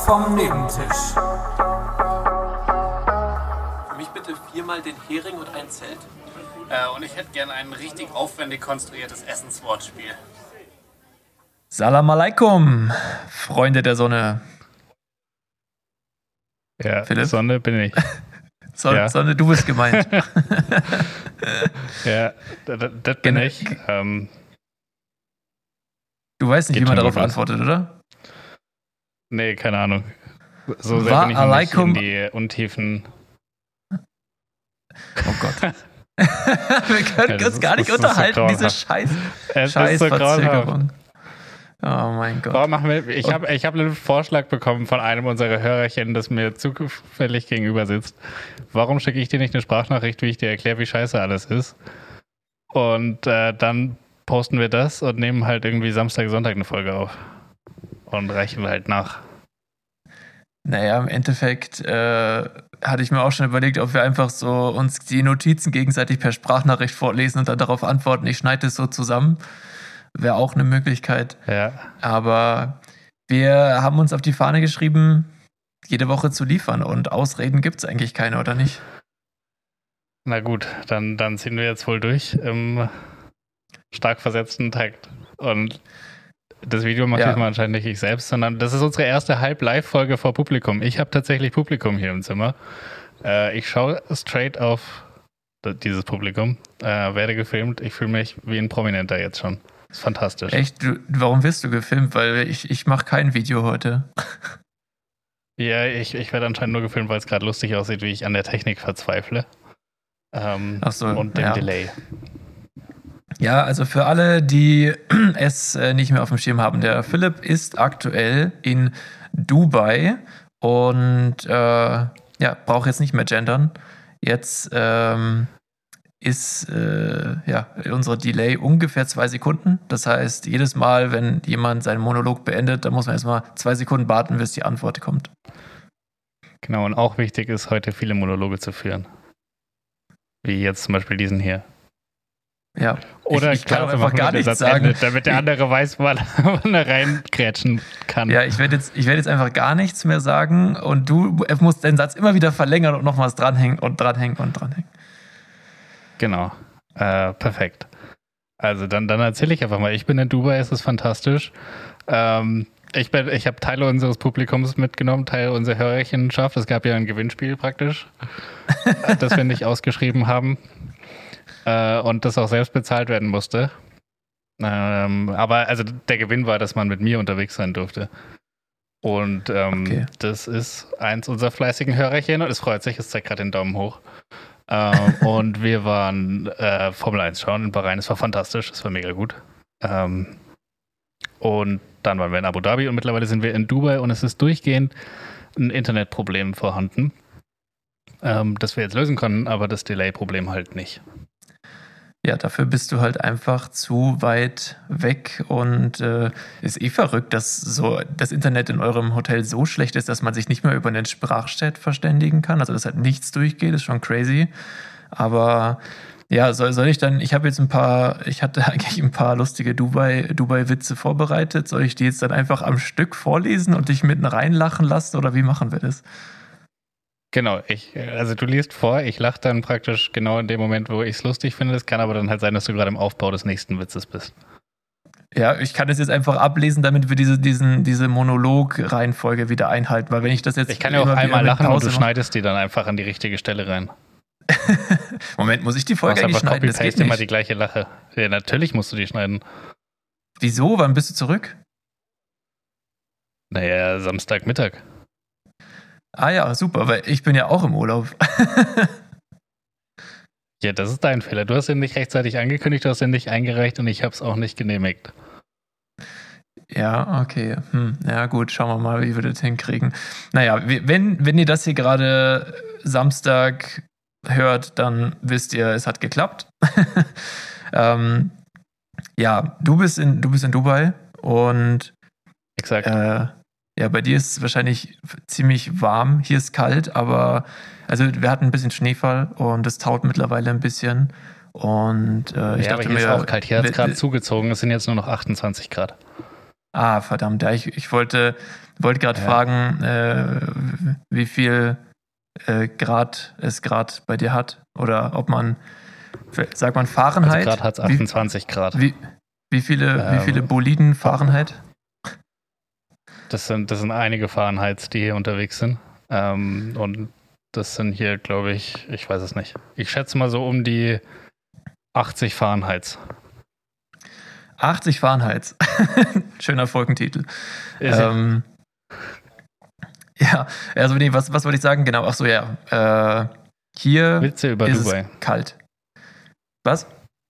vom Nebentisch. Für mich bitte 4-mal den Hering und ein Zelt. Und ich hätte gerne ein richtig aufwendig konstruiertes Essenswortspiel. Salam alaikum, Freunde der Sonne. Ja, Philipp? Sonne bin ich. Ja. Sonne, du bist gemeint. Ja, das bin ich. Du weißt nicht, Geht wie man schon darauf gut los. antwortet, oder? Nee, keine Ahnung. So sehr Wa bin ich noch nicht alaikum- in die Untiefen. Oh Gott. Wir können Ja, uns gar nicht das ist so unterhalten, diese grauenhaft. Es scheiß ist so grauenhaft. Verzögerung. Oh mein Gott. Warum machen wir? Ich hab einen Vorschlag bekommen von einem unserer Hörerchen, das mir zufällig gegenüber sitzt. Warum schicke ich dir nicht eine Sprachnachricht, wie ich dir erkläre, wie scheiße alles ist? Und dann posten wir das und nehmen halt irgendwie Samstag, Sonntag eine Folge auf. Und reichen wir halt nach. Naja, im Endeffekt hatte ich mir auch schon überlegt, ob wir einfach so uns die Notizen gegenseitig per Sprachnachricht vorlesen und dann darauf antworten. Ich schneide es so zusammen. Wäre auch eine Möglichkeit. Ja. Aber wir haben uns auf die Fahne geschrieben, jede Woche zu liefern. Und Ausreden gibt es eigentlich keine, oder nicht? Na gut, dann ziehen wir jetzt wohl durch im stark versetzten Takt. Und das Video mache ich mal anscheinend nicht ich selbst, sondern das ist unsere erste Halb-Live-Folge vor Publikum. Ich habe tatsächlich Publikum hier im Zimmer. Ich schaue straight auf dieses Publikum, werde gefilmt. Ich fühle mich wie ein Prominenter jetzt schon. Das ist fantastisch. Echt? Warum wirst du gefilmt? Weil ich mache kein Video heute. Ja, ich werde anscheinend nur gefilmt, weil es gerade lustig aussieht, wie ich an der Technik verzweifle. Ach so, und dem Delay. Ja, also für alle, die es nicht mehr auf dem Schirm haben, der Philipp ist aktuell in Dubai und braucht jetzt nicht mehr gendern. Jetzt ist unsere Delay ungefähr 2 Sekunden. Das heißt, jedes Mal, wenn jemand seinen Monolog beendet, dann muss man erstmal 2 Sekunden warten, bis die Antwort kommt. Genau, und auch wichtig ist, heute viele Monologe zu führen. Wie jetzt zum Beispiel diesen hier. Ja. Oder ich kann auch einfach gar nichts sagen, endet, damit der andere weiß, wann er reingrätschen kann. Ja, ich werde jetzt einfach gar nichts mehr sagen und du musst den Satz immer wieder verlängern und nochmals dranhängen und dranhängen und dranhängen. Genau. Perfekt. Also dann erzähle ich einfach mal. Ich bin in Dubai, es ist fantastisch. Ich habe Teile unseres Publikums mitgenommen, Teile unserer Hörerchenschaft. Es gab ja ein Gewinnspiel praktisch, das wir nicht ausgeschrieben haben. Und das auch selbst bezahlt werden musste. Aber also der Gewinn war, dass man mit mir unterwegs sein durfte. Und Das ist eins unserer fleißigen Hörerchen und es freut sich, es zeigt gerade den Daumen hoch. Und wir waren Formel 1 schauen in Bahrain, es war fantastisch, es war mega gut. Und dann waren wir in Abu Dhabi und mittlerweile sind wir in Dubai und es ist durchgehend ein Internetproblem vorhanden, das wir jetzt lösen können, aber das Delay-Problem halt nicht. Ja, dafür bist du halt einfach zu weit weg und ist verrückt, dass so das Internet in eurem Hotel so schlecht ist, dass man sich nicht mehr über einen Sprachchat verständigen kann. Also dass halt nichts durchgeht, ist schon crazy. Aber ja, soll ich dann, ich hatte eigentlich ein paar lustige Dubai-Witze vorbereitet. Soll ich die jetzt dann einfach am Stück vorlesen und dich mitten reinlachen lassen oder wie machen wir das? Genau, also du liest vor, ich lache dann praktisch genau in dem Moment, wo ich es lustig finde. Es kann aber dann halt sein, dass du gerade im Aufbau des nächsten Witzes bist. Ja, ich kann das jetzt einfach ablesen, damit wir diese Monolog-Reihenfolge wieder einhalten, weil wenn ich das jetzt... Ich kann ja auch einmal lachen und du schneidest die dann einfach an die richtige Stelle rein. Moment, muss ich die Folge eigentlich schneiden? Das geht nicht. Immer die gleiche Lache. Ja, natürlich musst du die schneiden. Wieso? Wann bist du zurück? Naja, Samstagmittag. Ah ja, super, weil ich bin ja auch im Urlaub. Ja, das ist dein Fehler. Du hast ihn nicht rechtzeitig angekündigt, du hast ihn nicht eingereicht und ich habe es auch nicht genehmigt. Ja, okay. Ja gut, schauen wir mal, wie wir das hinkriegen. Naja, wenn ihr das hier gerade Samstag hört, dann wisst ihr, es hat geklappt. Ja, du bist in Dubai und exakt. Ja, bei dir ist es wahrscheinlich ziemlich warm. Hier ist kalt, aber also wir hatten ein bisschen Schneefall und es taut mittlerweile ein bisschen. Und ich dachte aber hier mir, ist auch kalt. Hier hat es gerade zugezogen. Es sind jetzt nur noch 28 Grad. Verdammt, ja, ich wollte gerade fragen, wie viel Grad es gerade bei dir hat. Oder ob man, sagt man Fahrenheit? Also gerade hat es 28 Grad. Wie viele Boliden Fahrenheit? Das sind einige Fahrenheits, die hier unterwegs sind. Und das sind hier, glaube ich weiß es nicht. Ich schätze mal so um die 80 Fahrenheits. 80 Fahrenheit. Schöner Folgentitel. Ja, also nee, was wollte ich sagen? Genau, ach so, ja. Hier Witze über ist Dubai. es kalt. Was?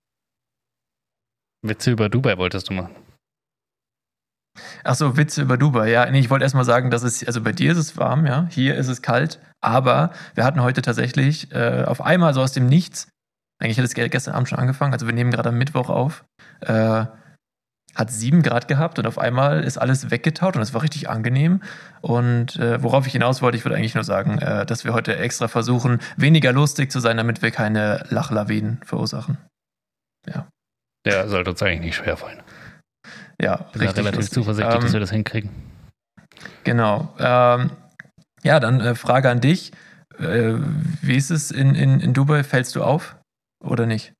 Witze über Dubai wolltest du machen. Ach so, Witze über Dubai. Ja, nee, ich wollte erstmal sagen, also bei dir ist es warm, ja, hier ist es kalt, aber wir hatten heute tatsächlich auf einmal so aus dem Nichts, eigentlich hat es gestern Abend schon angefangen, also wir nehmen gerade am Mittwoch auf, hat 7 Grad gehabt und auf einmal ist alles weggetaut und es war richtig angenehm. Und worauf ich hinaus wollte, ich würde eigentlich nur sagen, dass wir heute extra versuchen, weniger lustig zu sein, damit wir keine Lachlawinen verursachen. Ja. Ja, sollte uns eigentlich nicht schwerfallen. Ja, bin da relativ zuversichtlich, dass wir das hinkriegen. Genau. Ja, dann Frage an dich. Wie ist es in Dubai? Fällst du auf oder nicht?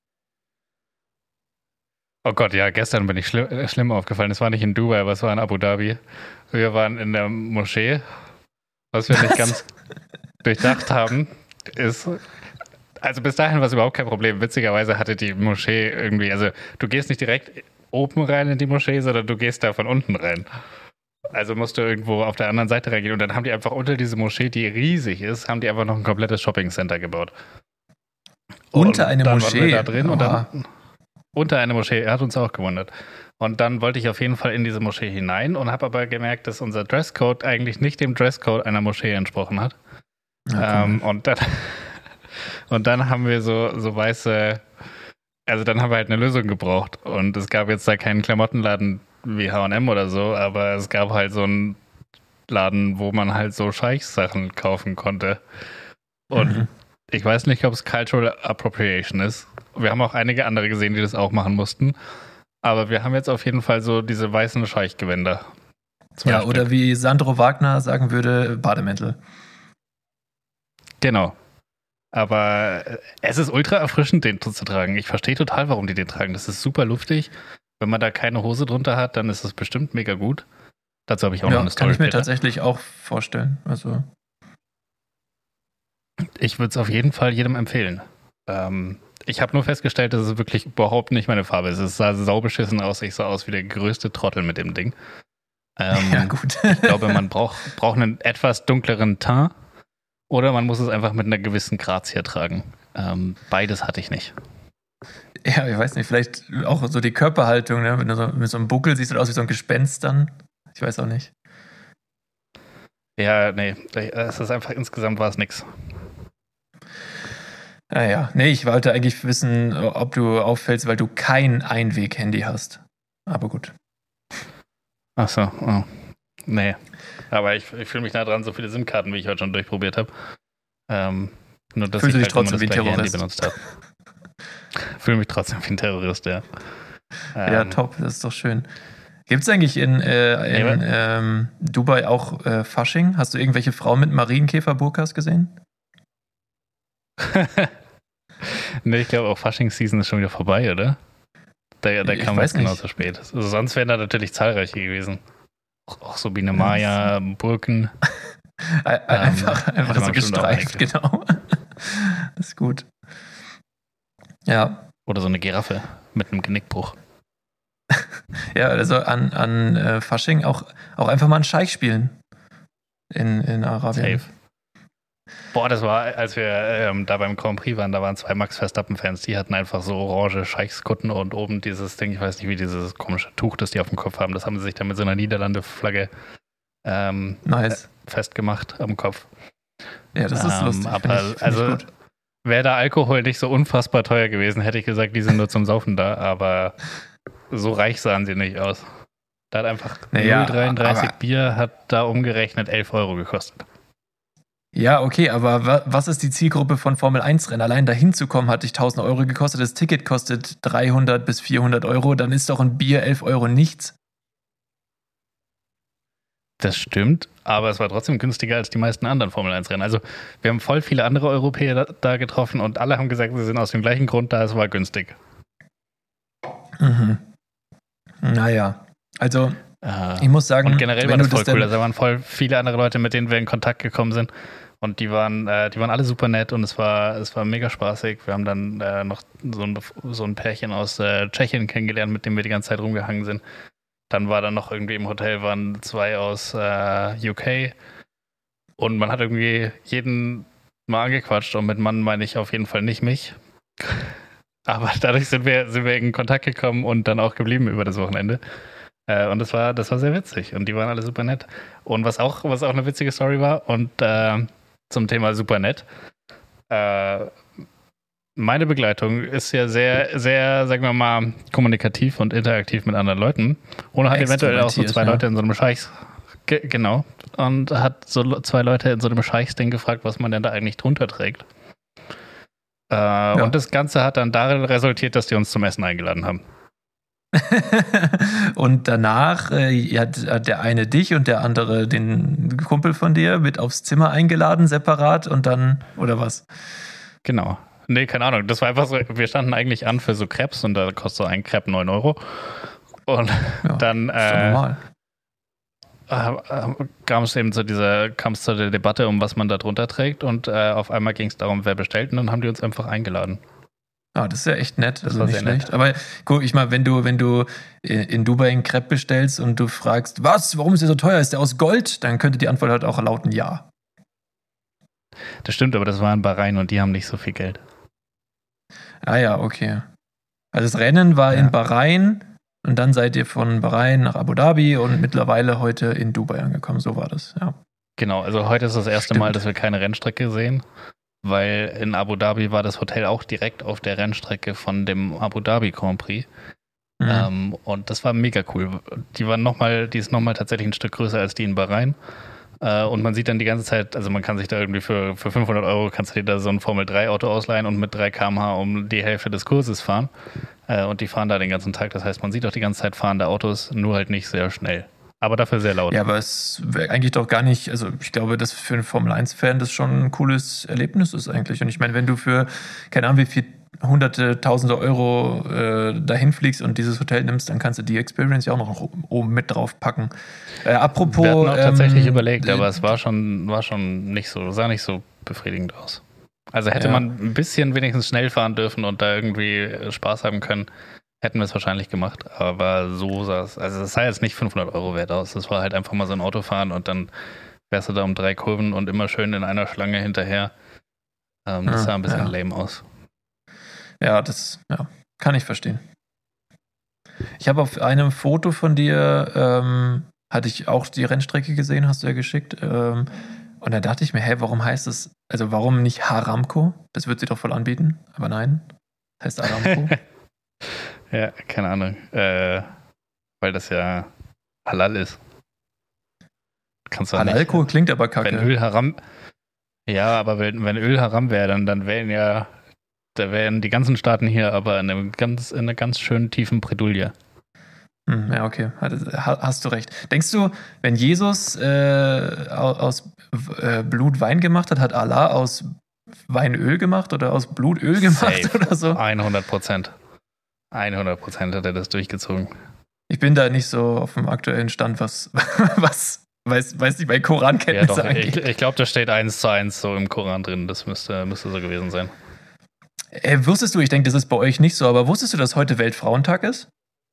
Oh Gott, ja, gestern bin ich schlimm aufgefallen. Es war nicht in Dubai, aber es war in Abu Dhabi. Wir waren in der Moschee. Was wir nicht ganz durchdacht haben, ist, also bis dahin war es überhaupt kein Problem. Witzigerweise hatte die Moschee irgendwie, also du gehst nicht direkt oben rein in die Moschee, sondern du gehst da von unten rein. Also musst du irgendwo auf der anderen Seite reingehen. Und dann haben die einfach unter diese Moschee, die riesig ist, haben die einfach noch ein komplettes Shopping-Center gebaut. Unter eine dann Moschee? Waren wir da drin und dann unter eine Moschee, hat uns auch gewundert. Und dann wollte ich auf jeden Fall in diese Moschee hinein und habe aber gemerkt, dass unser Dresscode eigentlich nicht dem Dresscode einer Moschee entsprochen hat. Okay. Und dann haben wir so weiße, also dann haben wir halt eine Lösung gebraucht. Und es gab jetzt da keinen Klamottenladen wie H&M oder so, aber es gab halt so einen Laden, wo man halt so Scheichs-Sachen kaufen konnte. Und ich weiß nicht, ob es Cultural Appropriation ist. Wir haben auch einige andere gesehen, die das auch machen mussten. Aber wir haben jetzt auf jeden Fall so diese weißen Scheichgewänder. Ja, oder wie Sandro Wagner sagen würde, Bademäntel. Genau. Aber es ist ultra erfrischend, den zu tragen. Ich verstehe total, warum die den tragen. Das ist super luftig. Wenn man da keine Hose drunter hat, dann ist es bestimmt mega gut. Dazu habe ich auch noch eine Story. Kann ich mir tatsächlich auch vorstellen. Also ich würde es auf jeden Fall jedem empfehlen. Ich habe nur festgestellt, dass es wirklich überhaupt nicht meine Farbe ist. Es sah saubeschissen aus. Ich sah aus wie der größte Trottel mit dem Ding. Ja, gut. Ich glaube, man braucht einen etwas dunkleren Teint oder man muss es einfach mit einer gewissen Grazie tragen. Beides hatte ich nicht. Ja, ich weiß nicht, vielleicht auch so die Körperhaltung, ne? Mit so einem Buckel siehst du aus wie so ein Gespenst dann. Ich weiß auch nicht. Ja, nee, es ist einfach, insgesamt war es nix. Naja, nee, ich wollte eigentlich wissen, ob du auffällst, weil du kein Einweg-Handy hast. Aber gut. Ach so, oh. Nee. Aber ich fühle mich nah dran, so viele SIM-Karten, wie ich heute schon durchprobiert habe. Nur, dass Fühlst ich du dich halt trotzdem wie ein Handy Terrorist? benutzt habe. Fühle mich trotzdem wie ein Terrorist, ja. Ja, top, das ist doch schön. Gibt es eigentlich in Dubai auch Fasching? Hast du irgendwelche Frauen mit Marienkäfer-Burkas gesehen? Nee, ich glaube auch Fasching-Season ist schon wieder vorbei, oder? Der kam jetzt genauso spät. Also sonst wären da natürlich zahlreiche gewesen. Auch so Biene Maya, Burken. Einfach so gestreift, genau. Das ist gut. Ja. Oder so eine Giraffe mit einem Genickbruch. Ja, also an Fasching auch einfach mal einen Scheich spielen. In Arabien. Safe. Boah, das war, als wir da beim Grand Prix waren, da waren 2 Max Verstappen-Fans, die hatten einfach so orange Scheichskutten und oben dieses Ding, ich weiß nicht, wie dieses komische Tuch, das die auf dem Kopf haben, das haben sie sich dann mit so einer Niederlande-Flagge nice. festgemacht am Kopf. Ja, das ist lustig. Aber also wäre da Alkohol nicht so unfassbar teuer gewesen, hätte ich gesagt, die sind nur zum Saufen da, aber so reich sahen sie nicht aus. Da hat einfach 0,33 Bier, hat da umgerechnet 11 Euro gekostet. Ja, okay, aber was ist die Zielgruppe von Formel-1-Rennen? Allein dahin zu kommen, hat dich 1.000 Euro gekostet, das Ticket kostet 300 bis 400 Euro, dann ist doch ein Bier 11 Euro nichts. Das stimmt, aber es war trotzdem günstiger als die meisten anderen Formel-1-Rennen. Also wir haben voll viele andere Europäer da getroffen und alle haben gesagt, sie sind aus dem gleichen Grund da, es war günstig. Mhm. Naja, also ich muss sagen, und generell war das voll cool. Also da waren voll viele andere Leute, mit denen wir in Kontakt gekommen sind. Und die waren alle super nett und es war mega spaßig. Wir haben dann noch so ein Pärchen aus Tschechien kennengelernt, mit dem wir die ganze Zeit rumgehangen sind. Dann war da noch irgendwie im Hotel waren 2 aus UK. Und man hat irgendwie jeden mal angequatscht. Und mit Mann meine ich auf jeden Fall nicht mich. Aber dadurch sind wir in Kontakt gekommen und dann auch geblieben über das Wochenende. Und das war sehr witzig. Und die waren alle super nett. Und was auch eine witzige Story war und zum Thema super nett. Meine Begleitung ist ja sehr, sehr, sagen wir mal, kommunikativ und interaktiv mit anderen Leuten. Und hat eventuell auch so 2 Leute in so einem Scheichs... Genau. Und hat so 2 Leute in so einem Scheichsding gefragt, was man denn da eigentlich drunter trägt. Und das Ganze hat dann darin resultiert, dass die uns zum Essen eingeladen haben. Und danach hat der eine dich und der andere den Kumpel von dir mit aufs Zimmer eingeladen, separat und dann, oder was? Genau. Nee, keine Ahnung. Das war einfach so, wir standen eigentlich an für so Crepes und da kostet so ein Crepe 9 Euro. Und dann kam es eben zu der Debatte, um was man da drunter trägt und auf einmal ging es darum, wer bestellt und dann haben die uns einfach eingeladen. Ah, das ist ja echt nett, also nicht schlecht. Nett. Aber guck, ich mal, wenn du in Dubai einen Crepe bestellst und du fragst, warum ist der so teuer? Ist der aus Gold? Dann könnte die Antwort halt auch lauten Ja. Das stimmt, aber das war in Bahrain und die haben nicht so viel Geld. Ah ja, okay. Also das Rennen war in Bahrain und dann seid ihr von Bahrain nach Abu Dhabi und mittlerweile heute in Dubai angekommen. So war das, ja. Genau, also heute ist das erste Mal, dass wir keine Rennstrecke sehen. Weil in Abu Dhabi war das Hotel auch direkt auf der Rennstrecke von dem Abu Dhabi Grand Prix. Mhm. Und das war mega cool. Die ist nochmal tatsächlich ein Stück größer als die in Bahrain. Und man sieht dann die ganze Zeit, also man kann sich da irgendwie für 500 Euro kannst du dir da so ein Formel-3-Auto ausleihen und mit 3 km/h um die Hälfte des Kurses fahren. Und die fahren da den ganzen Tag. Das heißt, man sieht auch die ganze Zeit fahrende Autos, nur halt nicht sehr schnell. Aber dafür sehr laut. Ja, aber es wäre eigentlich doch gar nicht, also ich glaube, dass für einen Formel-1-Fan das schon ein cooles Erlebnis ist eigentlich. Und ich meine, wenn du für, keine Ahnung, wie viel Hunderte, Tausende Euro dahin fliegst und dieses Hotel nimmst, dann kannst du die Experience ja auch noch oben mit drauf packen. Apropos... Wir hatten auch tatsächlich überlegt, aber es war schon nicht so, sah nicht so befriedigend aus. Also hätte man ein bisschen wenigstens schnell fahren dürfen und da irgendwie Spaß haben können, hätten wir es wahrscheinlich gemacht, aber so sah es, also es sah jetzt nicht 500 Euro wert aus, das war halt einfach mal so ein Autofahren und dann wärst du da um 3 Kurven und immer schön in einer Schlange hinterher. Das sah ein bisschen lame aus. Ja, das kann ich verstehen. Ich habe auf einem Foto von dir, hatte ich auch die Rennstrecke gesehen, hast du ja geschickt, und da dachte ich mir, warum heißt es, also warum nicht Haramco? Das wird sie doch voll anbieten, aber nein, heißt Aramco. Ja, keine Ahnung. Weil das ja halal ist. Kannst du Halalko nicht, klingt aber kacke. Wenn Öl haram. Ja, aber wenn Öl haram wäre, dann wären die ganzen Staaten hier aber in einer ganz schönen tiefen Bredouille. Ja, okay. Hast du recht. Denkst du, wenn Jesus aus Blut Wein gemacht hat Allah aus Wein Öl gemacht oder aus Blut Öl gemacht Safe. oder so? 100%. 100% hat er das durchgezogen. Ich bin da nicht so auf dem aktuellen Stand, was weiß nicht, bei Korankenntnisse angeht. Ich glaube, da steht 1:1 so im Koran drin. Das müsste so gewesen sein. Wusstest du, ich denke, das ist bei euch nicht so, aber wusstest du, dass heute Weltfrauentag ist?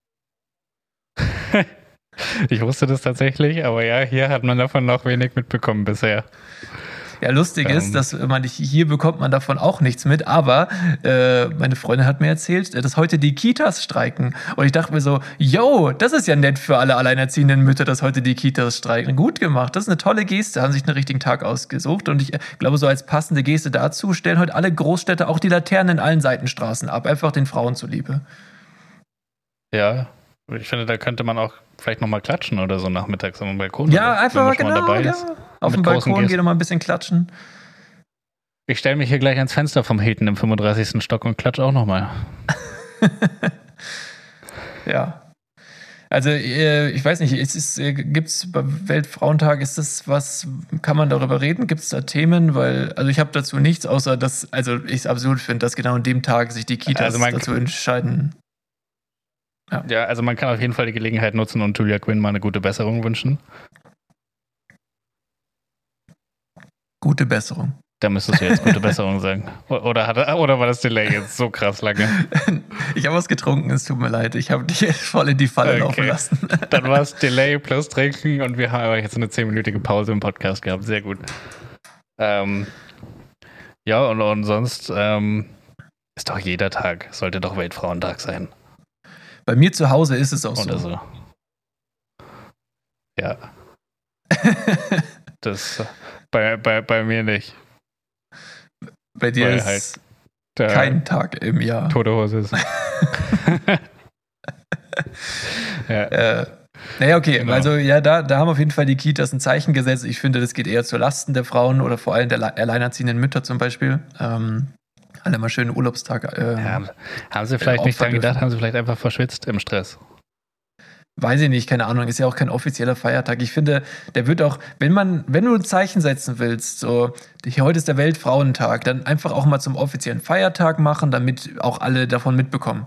Ich wusste das tatsächlich, aber ja, hier hat man davon noch wenig mitbekommen bisher. Ja, lustig ist, dass hier bekommt man davon auch nichts mit, aber meine Freundin hat mir erzählt, dass heute die Kitas streiken. Und ich dachte mir so, yo, das ist ja nett für alle alleinerziehenden Mütter, dass heute die Kitas streiken. Gut gemacht, das ist eine tolle Geste, haben sich einen richtigen Tag ausgesucht. Und ich glaube, so als passende Geste dazu stellen heute alle Großstädte auch die Laternen in allen Seitenstraßen ab, einfach den Frauen zuliebe. Ja, ich finde, da könnte man auch vielleicht nochmal klatschen oder so nachmittags auf dem Balkon. Ja, einfach mal dabei ist. Auf dem Balkon geh noch mal ein bisschen klatschen. Ich stelle mich hier gleich ans Fenster vom Hilton im 35. Stock und klatsche auch nochmal. Ja. Also, ich weiß nicht, gibt es beim Weltfrauentag, kann man darüber reden? Gibt es da Themen? Also ich habe dazu nichts, außer dass, also ich es absurd finde, dass genau an dem Tag sich die Kitas dazu entscheiden. Ja, also man kann auf jeden Fall die Gelegenheit nutzen und Julia Quinn mal eine gute Besserung wünschen. Gute Besserung. Da müsstest du jetzt gute Besserung sagen. Oder war das Delay jetzt so krass lange? Ich habe was getrunken, es tut mir leid. Ich habe dich voll in die Falle laufen lassen. Dann war es Delay plus Trinken und wir haben aber jetzt eine 10-minütige Pause im Podcast gehabt. Sehr gut. Ja, und sonst ist doch jeder Tag, sollte doch Weltfrauentag sein. Bei mir zu Hause ist es auch Oder so. Ja. Das bei mir nicht. Bei dir ist halt kein Tag im Jahr. Tote Hose ist. Ja. Naja, okay. Genau. Also ja, da haben auf jeden Fall die Kitas ein Zeichen gesetzt. Ich finde, das geht eher zu Lasten der Frauen oder vor allem der alleinerziehenden Mütter zum Beispiel. Alle mal schönen Urlaubstag. Haben sie vielleicht nicht dran gedacht, haben sie vielleicht einfach verschwitzt im Stress. Weiß ich nicht, keine Ahnung, ist ja auch kein offizieller Feiertag. Ich finde, der wird auch, wenn du ein Zeichen setzen willst, so, heute ist der Weltfrauentag, dann einfach auch mal zum offiziellen Feiertag machen, damit auch alle davon mitbekommen.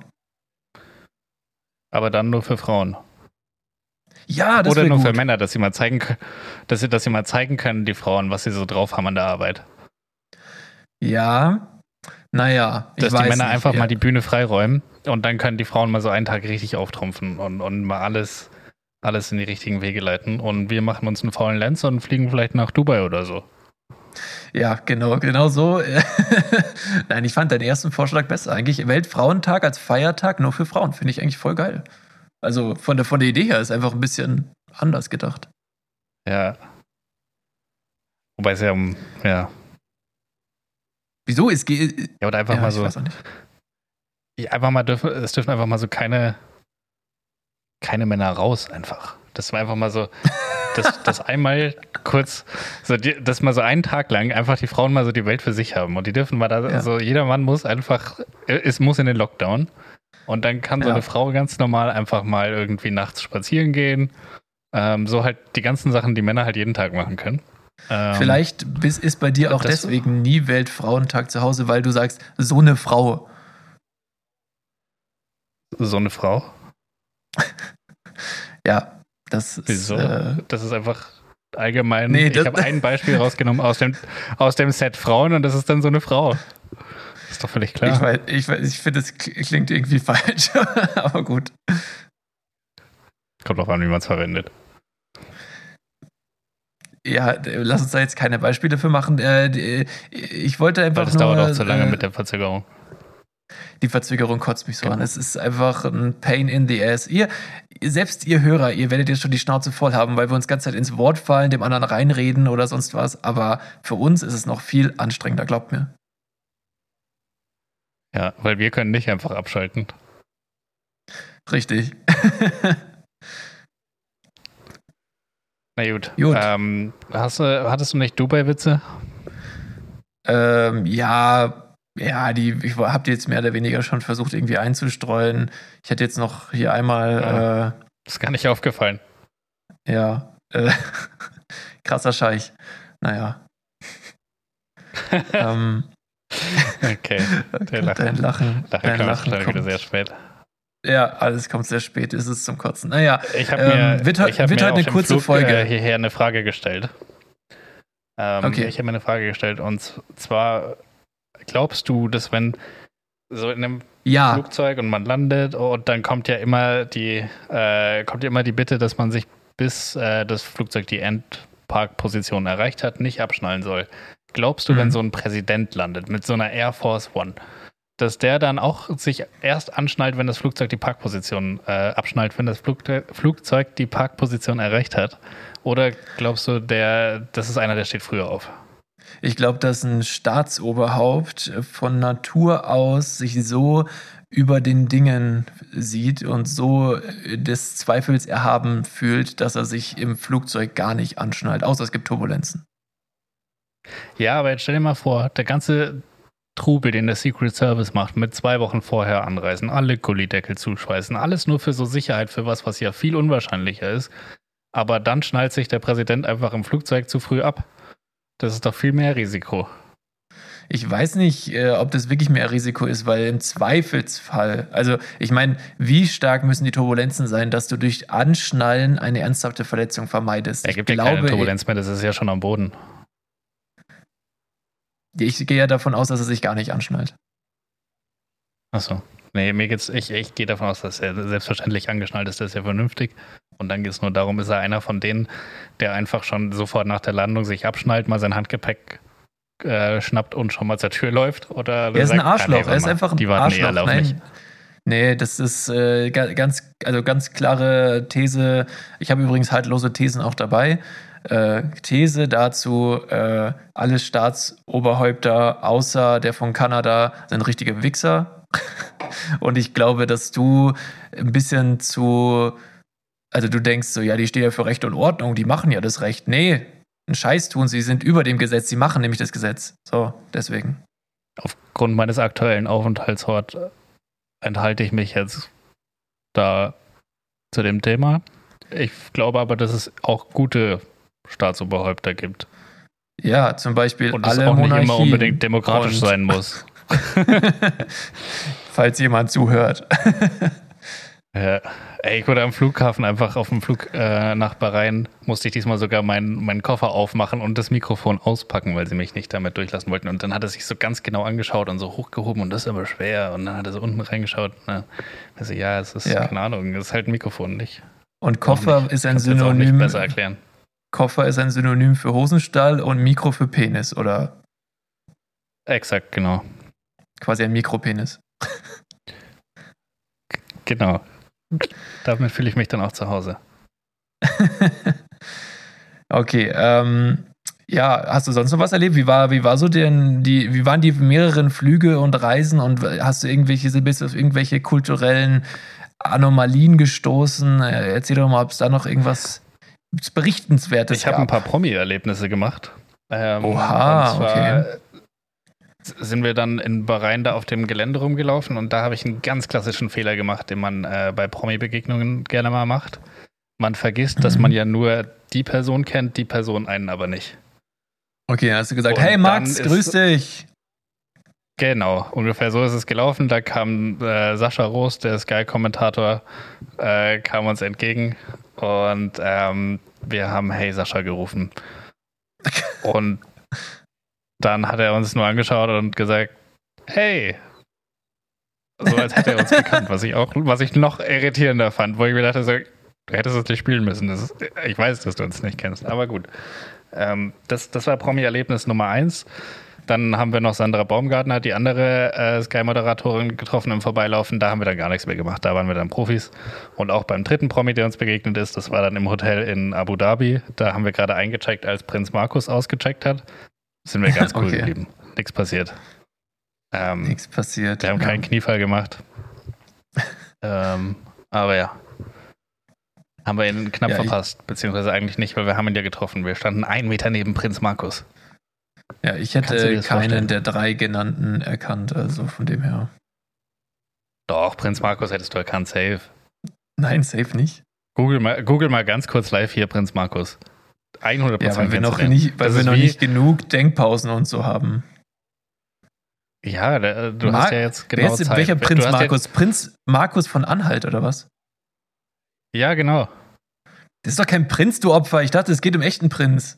Aber dann nur für Frauen. Ja, das oder nur gut. für Männer, dass sie mal zeigen können, die Frauen, was sie so drauf haben an der Arbeit. Ja, naja, dass die Männer einfach mal die Bühne freiräumen und dann können die Frauen mal so einen Tag richtig auftrumpfen und mal alles in die richtigen Wege leiten und wir machen uns einen faulen Lenz und fliegen vielleicht nach Dubai oder so. Ja, genau so. Nein, ich fand deinen ersten Vorschlag besser. Eigentlich Weltfrauentag als Feiertag nur für Frauen, finde ich eigentlich voll geil. Also von der Idee her ist einfach ein bisschen anders gedacht. Ja. Wobei es ja. Wieso? Es geht. Ja, oder einfach mal so. Ich weiß auch nicht. Es dürfen einfach mal so keine Männer raus, einfach. Das war einfach mal so, das einmal kurz, so dass mal so einen Tag lang einfach die Frauen mal so die Welt für sich haben. Und die dürfen mal da, also jeder Mann muss einfach, muss in den Lockdown. Und dann kann so eine Frau ganz normal einfach mal irgendwie nachts spazieren gehen. So halt die ganzen Sachen, die Männer halt jeden Tag machen können. Vielleicht ist bei dir auch deswegen nie Weltfrauentag zu Hause, weil du sagst, so eine Frau. So eine Frau? Ja, das ist... Wieso? Das ist einfach allgemein... Nee, ich habe ein Beispiel rausgenommen aus dem Set Frauen und das ist dann so eine Frau. Das ist doch völlig klar. Ich finde, es klingt irgendwie falsch, aber gut. Kommt drauf an, wie man es verwendet. Ja, lass uns da jetzt keine Beispiele für machen. Ich wollte einfach das dauert auch zu lange mit der Verzögerung. Die Verzögerung kotzt mich so an. Es ist einfach ein Pain in the ass. Ihr Hörer, ihr werdet jetzt schon die Schnauze voll haben, weil wir uns die ganze Zeit ins Wort fallen, dem anderen reinreden oder sonst was. Aber für uns ist es noch viel anstrengender, glaubt mir. Ja, weil wir können nicht einfach abschalten. Richtig. Na gut. Hattest du nicht Dubai-Witze? Ja, ich habe die jetzt mehr oder weniger schon versucht irgendwie einzustreuen. Ich hätte jetzt noch hier einmal... ist gar nicht aufgefallen. Ja, krasser Scheich. Naja. Okay. Dein Lachen kommt wieder sehr spät. Ja, alles kommt sehr spät, ist es zum Kotzen. Naja, ich habe mir heute eine kurze Folge hierher eine Frage gestellt. Okay. Ich habe mir eine Frage gestellt und zwar, glaubst du, dass wenn so in einem Flugzeug und man landet und dann kommt ja immer die Bitte, dass man sich bis das Flugzeug die Endparkposition erreicht hat, nicht abschnallen soll. Glaubst du, wenn so ein Präsident landet mit so einer Air Force One, dass der dann auch sich erst anschnallt, wenn das Flugzeug die Parkposition abschnallt, wenn das Flugzeug die Parkposition erreicht hat? Oder glaubst du, das ist einer, der steht früher auf? Ich glaube, dass ein Staatsoberhaupt von Natur aus sich so über den Dingen sieht und so des Zweifels erhaben fühlt, dass er sich im Flugzeug gar nicht anschnallt, außer es gibt Turbulenzen. Ja, aber jetzt stell dir mal vor, der ganze Trubel, den der Secret Service macht, mit 2 Wochen vorher anreisen, alle Gullideckel zuschweißen, alles nur für so Sicherheit, für was ja viel unwahrscheinlicher ist. Aber dann schnallt sich der Präsident einfach im Flugzeug zu früh ab. Das ist doch viel mehr Risiko. Ich weiß nicht, ob das wirklich mehr Risiko ist, weil im Zweifelsfall, also ich meine, wie stark müssen die Turbulenzen sein, dass du durch Anschnallen eine ernsthafte Verletzung vermeidest? Er gibt ja keine Turbulenz mehr, das ist ja schon am Boden. Ich gehe ja davon aus, dass er sich gar nicht anschnallt. Achso. Nee, ich gehe davon aus, dass er selbstverständlich angeschnallt ist, das ist ja vernünftig. Und dann geht es nur darum, ist er einer von denen, der einfach schon sofort nach der Landung sich abschnallt, mal sein Handgepäck schnappt und schon mal zur Tür läuft? Oder er ist ein Arschloch, er ist einfach ein Arschloch. Nein. Nee, das ist ganz klare These. Ich habe übrigens haltlose Thesen auch dabei. These dazu, alle Staatsoberhäupter außer der von Kanada sind richtige Wichser. Und ich glaube, dass du ein bisschen also du denkst so, ja, die stehen ja für Recht und Ordnung, die machen ja das Recht. Nee, einen Scheiß tun sie, sind über dem Gesetz, sie machen nämlich das Gesetz. So, deswegen. Aufgrund meines aktuellen Aufenthaltsorts enthalte ich mich jetzt da zu dem Thema. Ich glaube aber, dass es auch gute Staatsoberhäupter gibt. Ja, zum Beispiel und alle es auch Monarchien. nicht immer unbedingt demokratisch sein muss. Falls jemand zuhört. Ja. Ich wurde am Flughafen einfach auf dem Flug nach Bahrain, musste ich diesmal sogar meinen Koffer aufmachen und das Mikrofon auspacken, weil sie mich nicht damit durchlassen wollten. Und dann hat er sich so ganz genau angeschaut und so hochgehoben und das ist aber schwer. Und dann hat er so unten reingeschaut. Also ja, es ist, keine Ahnung, es ist halt ein Mikrofon nicht. Und Koffer ist ein Synonym. Nicht besser erklären. Koffer ist ein Synonym für Hosenstall und Mikro für Penis, oder? Exakt, genau. Quasi ein Mikropenis. Genau. Damit fühle ich mich dann auch zu Hause. Okay, ja, hast du sonst noch was erlebt? Wie war so wie waren die mehreren Flüge und Reisen und bist du auf irgendwelche kulturellen Anomalien gestoßen? Erzähl doch mal, ob es da noch irgendwas Berichtenswertes gab. Ich habe ein paar Promi-Erlebnisse gemacht. Oha, okay. Sind wir dann in Bahrain da auf dem Gelände rumgelaufen und da habe ich einen ganz klassischen Fehler gemacht, den man bei Promi-Begegnungen gerne mal macht. Man vergisst, dass man ja nur die Person kennt, die Person einen aber nicht. Okay, hast du gesagt, und hey Max, grüß dich. Genau, ungefähr so ist es gelaufen. Da kam Sascha Roos, der Sky-Kommentator, kam uns entgegen und wir haben Hey Sascha gerufen. Und dann hat er uns nur angeschaut und gesagt, hey. So als hätte er uns gekannt, was ich noch irritierender fand, wo ich mir dachte, so, du hättest uns nicht spielen müssen. Ich weiß, dass du uns nicht kennst, aber gut. Das war Promi-Erlebnis Nummer 1. Dann haben wir noch Sandra Baumgartner, die andere Sky-Moderatorin, getroffen im Vorbeilaufen. Da haben wir dann gar nichts mehr gemacht. Da waren wir dann Profis. Und auch beim dritten Promi, der uns begegnet ist, das war dann im Hotel in Abu Dhabi. Da haben wir gerade eingecheckt, als Prinz Markus ausgecheckt hat. Sind wir ganz cool geblieben. Nichts passiert. Nichts passiert. Wir haben keinen Kniefall gemacht. Aber ja. Haben wir ihn knapp verpasst. Beziehungsweise eigentlich nicht, weil wir haben ihn ja getroffen. Wir standen 1 Meter neben Prinz Markus. Ja, ich hätte keinen der 3 genannten erkannt, also von dem her. Doch, Prinz Markus hättest du erkannt, safe. Nein, safe nicht. Google mal ganz kurz live hier Prinz Markus. 100%. Ja, weil wir noch nicht genug Denkpausen und so haben. Ja, du hast ja jetzt genau Zeit. Welcher Prinz Markus? Prinz Markus von Anhalt, oder was? Ja, genau. Das ist doch kein Prinz, du Opfer. Ich dachte, es geht um echten Prinz.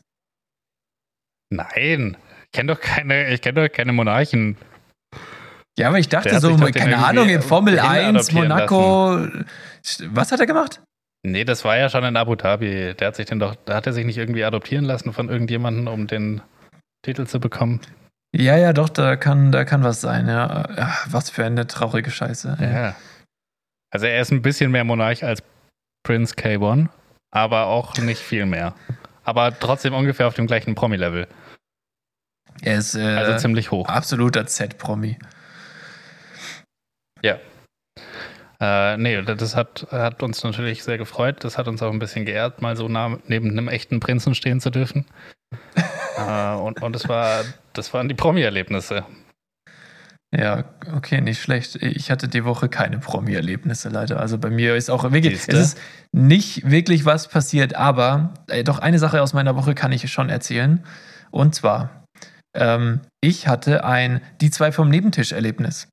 Nein, ich kenn doch keine Monarchen. Ja, aber ich dachte so, keine Ahnung, in Formel 1, Monaco. Was hat er gemacht? Nee, das war ja schon in Abu Dhabi. Da hat er sich nicht irgendwie adoptieren lassen von irgendjemandem, um den Titel zu bekommen? Ja, doch, da kann was sein, ja. Ach, was für eine traurige Scheiße. Ja. Also er ist ein bisschen mehr Monarch als Prince K1, aber auch nicht viel mehr. Aber trotzdem ungefähr auf dem gleichen Promi-Level. Er ist also ziemlich hoch. Absoluter Z-Promi. Ja. Nee, das hat uns natürlich sehr gefreut. Das hat uns auch ein bisschen geehrt, mal so nah neben einem echten Prinzen stehen zu dürfen. Und das waren die Promi-Erlebnisse. Ja, okay, nicht schlecht. Ich hatte die Woche keine Promi-Erlebnisse leider. Also bei mir ist auch wirklich, es ist nicht wirklich was passiert, aber doch eine Sache aus meiner Woche kann ich schon erzählen. Und zwar, ich hatte ein Die zwei vom Nebentisch-Erlebnis.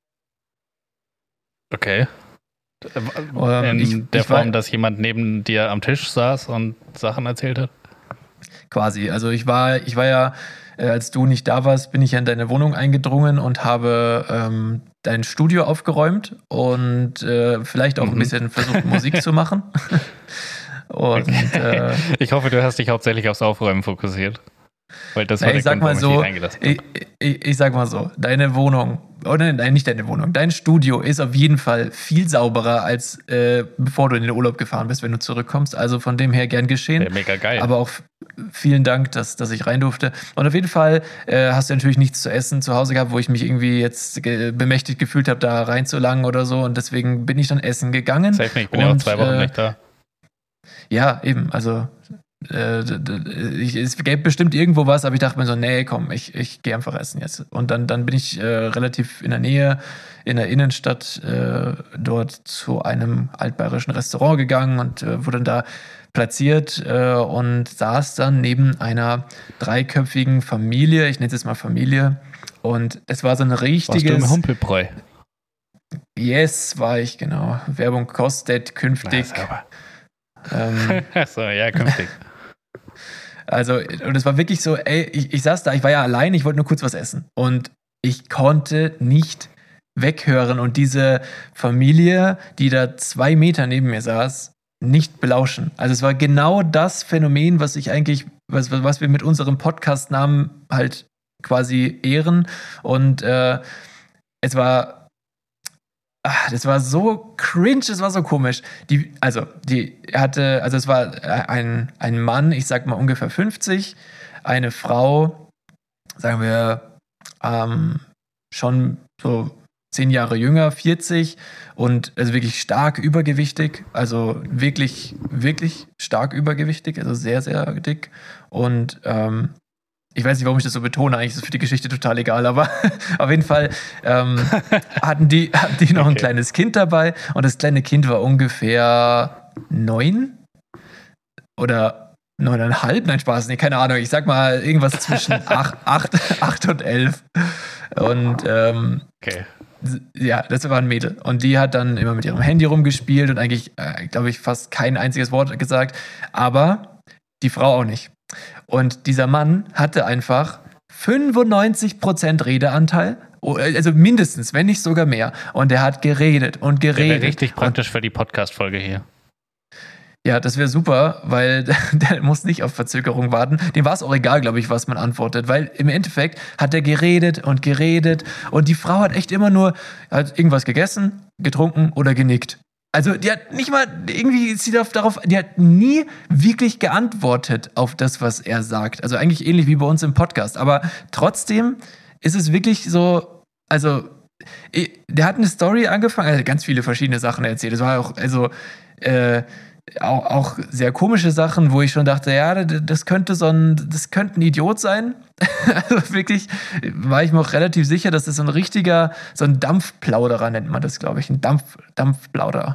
Okay. In der Form, dass jemand neben dir am Tisch saß und Sachen erzählt hat? Quasi. Also ich war ja, als du nicht da warst, bin ich ja in deine Wohnung eingedrungen und habe dein Studio aufgeräumt und vielleicht auch ein bisschen versucht, Musik zu machen. Und, ich hoffe, du hast dich hauptsächlich aufs Aufräumen fokussiert. Weil das war ich sag mal so, ich sag mal so, deine Wohnung, oder nein, nicht deine Wohnung, dein Studio ist auf jeden Fall viel sauberer, als bevor du in den Urlaub gefahren bist, wenn du zurückkommst. Also von dem her gern geschehen. Ja, mega geil. Aber auch vielen Dank, dass ich rein durfte. Und auf jeden Fall hast du natürlich nichts zu essen zu Hause gehabt, wo ich mich irgendwie jetzt bemächtigt gefühlt habe, da reinzulangen oder so. Und deswegen bin ich dann essen gegangen. Safe nicht, ich bin ja auch 2 Wochen nicht da. Ja, eben, also es gäbe bestimmt irgendwo was, aber ich dachte mir so, nee, komm, ich gehe einfach essen jetzt. Und dann bin ich relativ in der Nähe, in der Innenstadt, dort zu einem altbayerischen Restaurant gegangen und wurde dann da platziert und saß dann neben einer 3-köpfigen Familie, ich nenne es jetzt mal Familie, und es war so ein richtiges... Warst du im Humpelbräu? Yes, war ich, genau. Werbung kostet künftig. So, ja, künftig. Also, und es war wirklich so, ey, ich saß da, ich war ja allein, ich wollte nur kurz was essen. Und ich konnte nicht weghören und diese Familie, die da 2 Meter neben mir saß, nicht belauschen. Also es war genau das Phänomen, was ich eigentlich, was wir mit unserem Podcast-Namen halt quasi ehren. Und es war so cringe, es war so komisch. Es war ein Mann, ich sag mal ungefähr 50, eine Frau, sagen wir, schon so 10 Jahre jünger, 40 und also wirklich stark übergewichtig, also wirklich, wirklich stark übergewichtig, also sehr, sehr dick und ich weiß nicht, warum ich das so betone, eigentlich ist es für die Geschichte total egal, aber auf jeden Fall hatten die noch ein kleines Kind dabei und das kleine Kind war ungefähr 9 oder 9,5, nein, Spaß, nee, keine Ahnung, ich sag mal irgendwas zwischen 8 und 11 und okay. Ja, das war ein Mädel und die hat dann immer mit ihrem Handy rumgespielt und eigentlich, glaube ich, fast kein einziges Wort gesagt, aber die Frau auch nicht. Und dieser Mann hatte einfach 95% Redeanteil, also mindestens, wenn nicht sogar mehr. Und er hat geredet und geredet. Der wäre richtig praktisch für die Podcast-Folge hier. Ja, das wäre super, weil der muss nicht auf Verzögerung warten. Dem war es auch egal, glaube ich, was man antwortet, weil im Endeffekt hat er geredet und die Frau hat echt immer nur irgendwas gegessen, getrunken oder genickt. Also die hat nicht mal irgendwie die hat nie wirklich geantwortet auf das, was er sagt. Also eigentlich ähnlich wie bei uns im Podcast. Aber trotzdem ist es wirklich so, also der hat eine Story angefangen, also ganz viele verschiedene Sachen erzählt. Es war auch, also auch sehr komische Sachen, wo ich schon dachte, ja, das könnte ein Idiot sein. Also wirklich war ich mir auch relativ sicher, dass das so ein Dampfplauderer nennt man das, glaube ich, ein Dampfplauderer.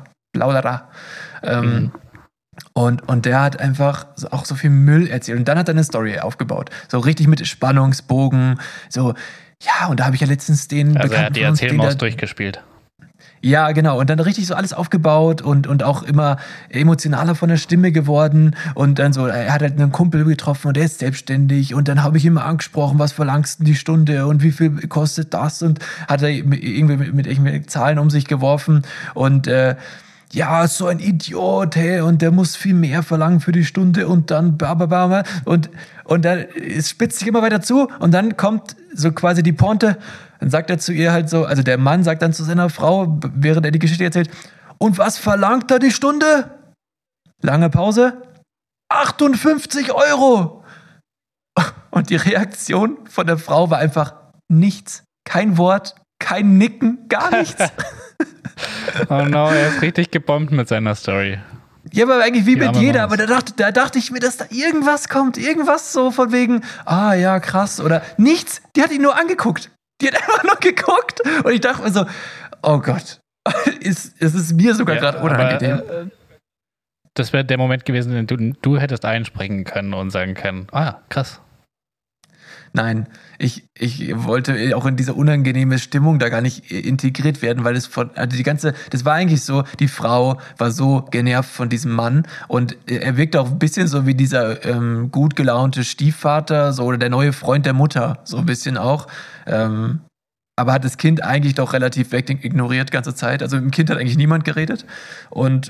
Und der hat einfach auch so viel Müll erzählt. Und dann hat er eine Story aufgebaut. So richtig mit Spannungsbogen. So, ja, und da habe ich ja letztens den Also er hat die Erzählmaus durchgespielt. Ja, genau. Und dann richtig so alles aufgebaut und auch immer emotionaler von der Stimme geworden. Und dann so, er hat halt einen Kumpel getroffen und der ist selbstständig. Und dann habe ich ihn mal angesprochen, was verlangst du die Stunde und wie viel kostet das? Und hat er irgendwie mit irgendwelchen Zahlen um sich geworfen. Und ja, so ein Idiot, hey, und der muss viel mehr verlangen für die Stunde und dann und dann spitzt sich immer weiter zu und dann kommt so quasi die Pointe, dann sagt er zu ihr halt so, also der Mann sagt dann zu seiner Frau, während er die Geschichte erzählt, und was verlangt er die Stunde? Lange Pause. 58 €! Und die Reaktion von der Frau war einfach nichts. Kein Wort, kein Nicken, gar nichts. Oh no, er ist richtig gebombt mit seiner Story. Ja, aber eigentlich wie mit jeder, aber da dachte ich mir, dass da irgendwas kommt, irgendwas so von wegen, ja, krass, oder nichts, die hat ihn nur angeguckt. Die hat einfach nur geguckt und ich dachte mir so, oh Gott, es ist mir sogar gerade unangenehm. Aber, das wäre der Moment gewesen, in dem du hättest einspringen können und sagen können, krass. Nein, ich wollte auch in diese unangenehme Stimmung da gar nicht integriert werden, weil das war eigentlich so, die Frau war so genervt von diesem Mann und er wirkte auch ein bisschen so wie dieser gut gelaunte Stiefvater, so oder der neue Freund der Mutter, so ein bisschen auch. Aber hat das Kind eigentlich doch relativ ignoriert ganze Zeit. Also mit dem Kind hat eigentlich niemand geredet und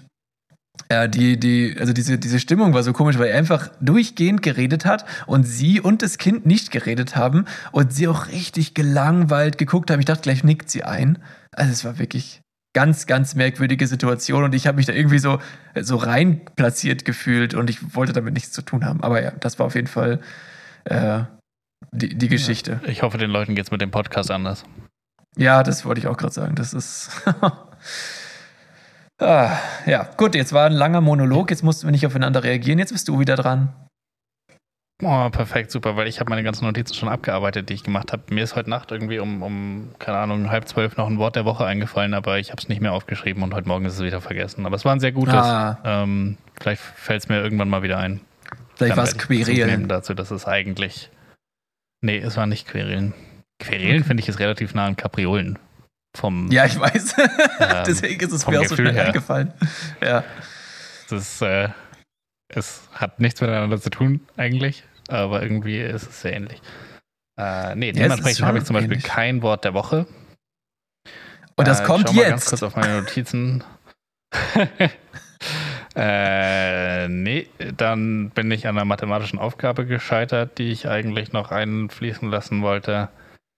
diese Stimmung war so komisch, weil er einfach durchgehend geredet hat und sie und das Kind nicht geredet haben und sie auch richtig gelangweilt geguckt haben. Ich dachte, gleich nickt sie ein. Also es war wirklich ganz, ganz merkwürdige Situation und ich habe mich da irgendwie so rein platziert gefühlt und ich wollte damit nichts zu tun haben. Aber ja, das war auf jeden Fall die Geschichte. Ich hoffe, den Leuten geht's mit dem Podcast anders. Ja, das wollte ich auch gerade sagen. Das ist... ja, gut, jetzt war ein langer Monolog, jetzt mussten wir nicht aufeinander reagieren, jetzt bist du wieder dran. Oh, perfekt, super, weil ich habe meine ganzen Notizen schon abgearbeitet, die ich gemacht habe. Mir ist heute Nacht irgendwie um keine Ahnung, 11:30 noch ein Wort der Woche eingefallen, aber ich habe es nicht mehr aufgeschrieben und heute Morgen ist es wieder vergessen. Aber es war ein sehr gutes. Vielleicht fällt es mir irgendwann mal wieder ein. Vielleicht war es Querelen. Dazu, dass es eigentlich... Nee, es war nicht Querelen. Querelen finde ich ist relativ nah an Kapriolen. Ja, ich weiß. Deswegen ist es mir auch so schnell eingefallen. Ja. Es hat nichts miteinander zu tun, eigentlich, aber irgendwie ist es sehr ähnlich. Dementsprechend habe ich zum Beispiel kein Wort der Woche. Und das kommt jetzt. Ganz kurz auf meine Notizen. Dann bin ich an einer mathematischen Aufgabe gescheitert, die ich eigentlich noch einfließen lassen wollte.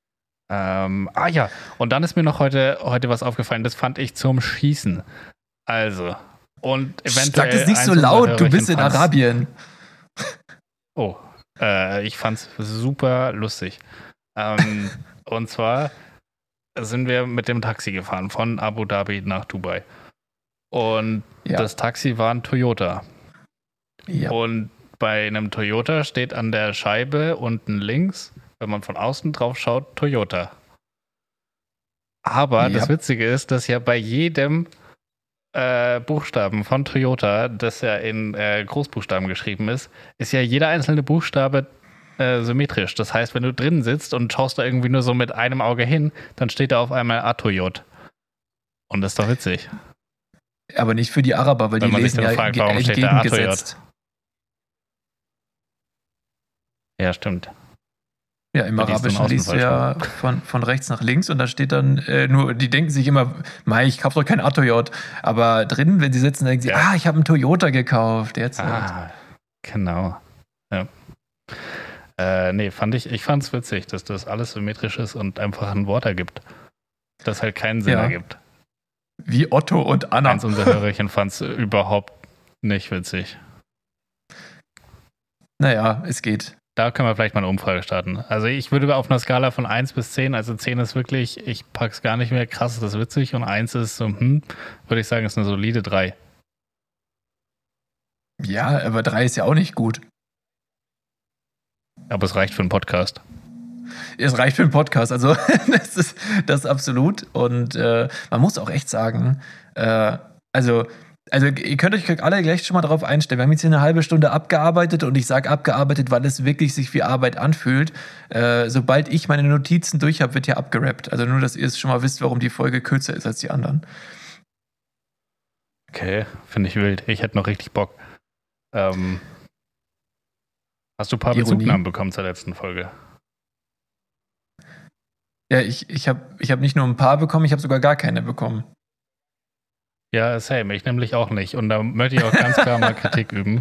Und dann ist mir noch heute was aufgefallen, das fand ich zum Schießen. Also, und eventuell. Sag es nicht so laut, du bist in Arabien. Oh, ich fand's super lustig. Und zwar sind wir mit dem Taxi gefahren von Abu Dhabi nach Dubai. Und das Taxi war ein Toyota. Ja. Und bei einem Toyota steht an der Scheibe unten links, wenn man von außen drauf schaut, Toyota. Aber das Witzige ist, dass ja bei jedem Buchstaben von Toyota, das ja in Großbuchstaben geschrieben ist ja jeder einzelne Buchstabe symmetrisch. Das heißt, wenn du drin sitzt und schaust da irgendwie nur so mit einem Auge hin, dann steht da auf einmal Atoyot. Und das ist doch witzig. Aber nicht für die Araber, weil die lesen ja fragt, warum steht da entgegengesetzt. Ja, stimmt. Ja, im Arabischen liest du ja von rechts nach links und da steht dann nur, die denken sich immer, ich kaufe doch kein Atoyot. Aber drin, wenn sie sitzen, denken sie, ich habe einen Toyota gekauft. Jetzt genau. Ja. Ich fand's witzig, dass das alles symmetrisch ist und einfach ein Wort ergibt, das halt keinen Sinn ergibt. Wie Otto und Anna. Eins unserer Hörerchen fand's überhaupt nicht witzig. Naja, es geht. Da können wir vielleicht mal eine Umfrage starten. Also ich würde auf einer Skala von 1 bis 10, also 10 ist wirklich, ich pack's gar nicht mehr, krass, ist das witzig, und 1 ist so, würde ich sagen, ist eine solide 3. Ja, aber 3 ist ja auch nicht gut. Aber es reicht für einen Podcast. Es reicht für einen Podcast, also das ist absolut. Und man muss auch echt sagen, also ihr könnt euch alle gleich schon mal darauf einstellen. Wir haben jetzt hier eine halbe Stunde abgearbeitet und ich sage abgearbeitet, weil es wirklich sich wie Arbeit anfühlt. Sobald ich meine Notizen durch habe, wird hier abgerappt. Also nur, dass ihr es schon mal wisst, warum die Folge kürzer ist als die anderen. Okay, finde ich wild. Ich hätte noch richtig Bock. Hast du ein paar Bezugnahmen bekommen zur letzten Folge? Ja, ich hab nicht nur ein paar bekommen, ich habe sogar gar keine bekommen. Ja, same. Ich nämlich auch nicht. Und da möchte ich auch ganz klar mal Kritik üben.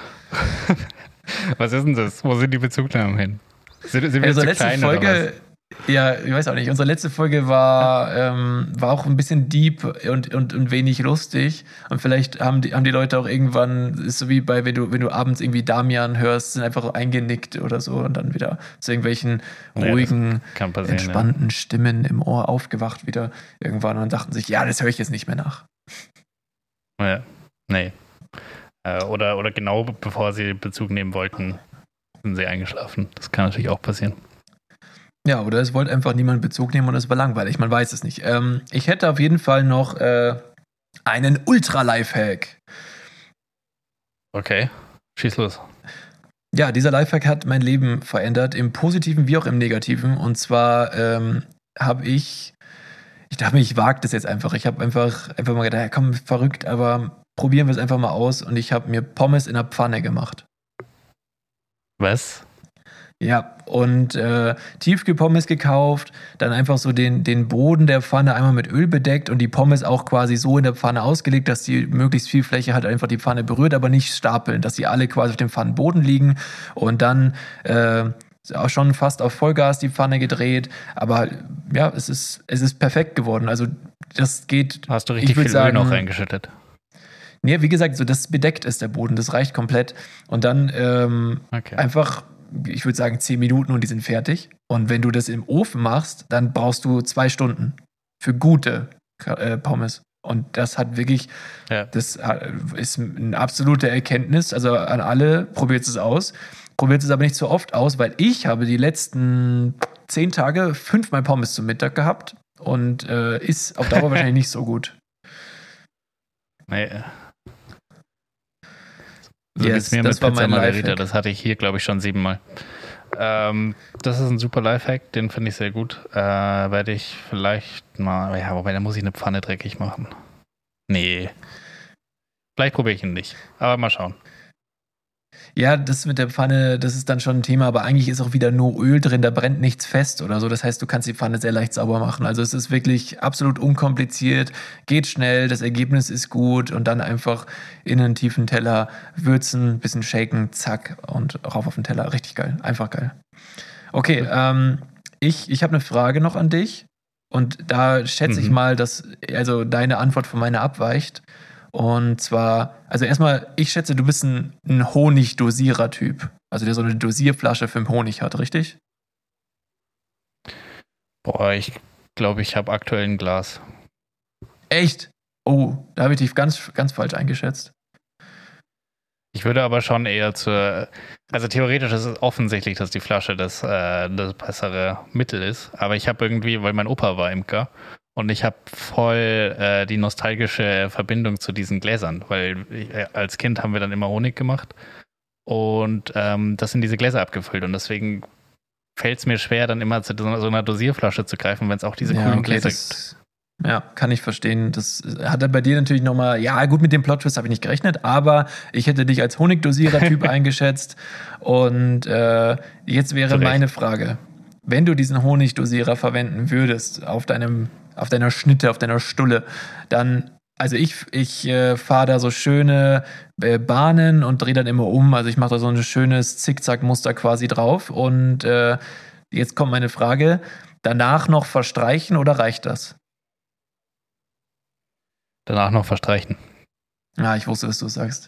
Was ist denn das? Wo sind die Bezugnahmen hin? Sind wir unsere zu letzte klein Folge, oder was? Ja, ich weiß auch nicht. Unsere letzte Folge war auch ein bisschen deep und wenig lustig. Und vielleicht haben die Leute auch irgendwann, ist so wie wenn du abends irgendwie Damian hörst, sind einfach eingenickt oder so und dann wieder zu irgendwelchen ruhigen, entspannten Stimmen im Ohr aufgewacht wieder irgendwann und dachten sich, das höre ich jetzt nicht mehr nach. Ja, nee. Oder genau bevor sie Bezug nehmen wollten, sind sie eingeschlafen. Das kann natürlich auch passieren. Ja, oder es wollte einfach niemand Bezug nehmen und es war langweilig, man weiß es nicht. Ich hätte auf jeden Fall noch einen Ultra-Lifehack. Okay, schieß los. Ja, dieser Lifehack hat mein Leben verändert, im Positiven wie auch im Negativen. Und zwar habe ich dachte mir, ich wage das jetzt einfach. Ich habe einfach mal gedacht, ja, komm, verrückt, aber probieren wir es einfach mal aus. Und ich habe mir Pommes in der Pfanne gemacht. Was? Ja, und Tiefkühlpommes gekauft, dann einfach so den Boden der Pfanne einmal mit Öl bedeckt und die Pommes auch quasi so in der Pfanne ausgelegt, dass die möglichst viel Fläche hat, einfach die Pfanne berührt, aber nicht stapeln, dass die alle quasi auf dem Pfannenboden liegen und dann auch schon fast auf Vollgas die Pfanne gedreht, aber ja, es ist perfekt geworden. Also das geht. Hast du richtig viel Öl noch reingeschüttet? Nee, wie gesagt, so das bedeckt ist der Boden, das reicht komplett. Und dann einfach, ich würde sagen, 10 Minuten und die sind fertig. Und wenn du das im Ofen machst, dann brauchst du 2 Stunden für gute Pommes. Und das hat wirklich, das ist eine absolute Erkenntnis. Also an alle, probiert es aus. Probiert es aber nicht so oft aus, weil ich habe die letzten 10 Tage 5-mal Pommes zum Mittag gehabt und ist auf Dauer wahrscheinlich nicht so gut. Nee. So yes, mir das mit Pizza Margherita, das hatte ich hier, glaube ich, schon 7-mal. Das ist ein super Lifehack, den finde ich sehr gut. Werde ich vielleicht mal, ja, wobei da muss ich eine Pfanne dreckig machen. Nee. Vielleicht probiere ich ihn nicht, aber mal schauen. Ja, das mit der Pfanne, das ist dann schon ein Thema, aber eigentlich ist auch wieder nur Öl drin, da brennt nichts fest oder so. Das heißt, du kannst die Pfanne sehr leicht sauber machen. Also es ist wirklich absolut unkompliziert, geht schnell, das Ergebnis ist gut und dann einfach in einen tiefen Teller würzen, bisschen shaken, zack und rauf auf den Teller. Richtig geil, einfach geil. Okay, ich habe eine Frage noch an dich und da schätze ich mal, dass also deine Antwort von meiner abweicht. Und zwar, also erstmal, ich schätze, du bist ein Honigdosierer-Typ. Also der so eine Dosierflasche für den Honig hat, richtig? Boah, ich glaube, ich habe aktuell ein Glas. Echt? Oh, da habe ich dich ganz, ganz falsch eingeschätzt. Ich würde aber schon eher also theoretisch ist es offensichtlich, dass die Flasche das bessere Mittel ist. Aber ich habe irgendwie, weil mein Opa war Imker, und ich habe voll die nostalgische Verbindung zu diesen Gläsern, weil als Kind haben wir dann immer Honig gemacht und das in diese Gläser abgefüllt. Und deswegen fällt es mir schwer, dann immer zu so einer Dosierflasche zu greifen, wenn es auch diese coolen Gläser gibt. Ja, kann ich verstehen. Das hat er bei dir natürlich nochmal, ja gut, mit dem Plot-Twist habe ich nicht gerechnet, aber ich hätte dich als Honigdosierer-Typ eingeschätzt. Und jetzt wäre meine Frage, wenn du diesen Honigdosierer verwenden würdest auf deiner Schnitte, auf deiner Stulle, dann, also ich fahre da so schöne Bahnen und drehe dann immer um, also ich mache da so ein schönes Zickzack-Muster quasi drauf und jetzt kommt meine Frage, danach noch verstreichen oder reicht das? Danach noch verstreichen. Ah, ich wusste, was du sagst.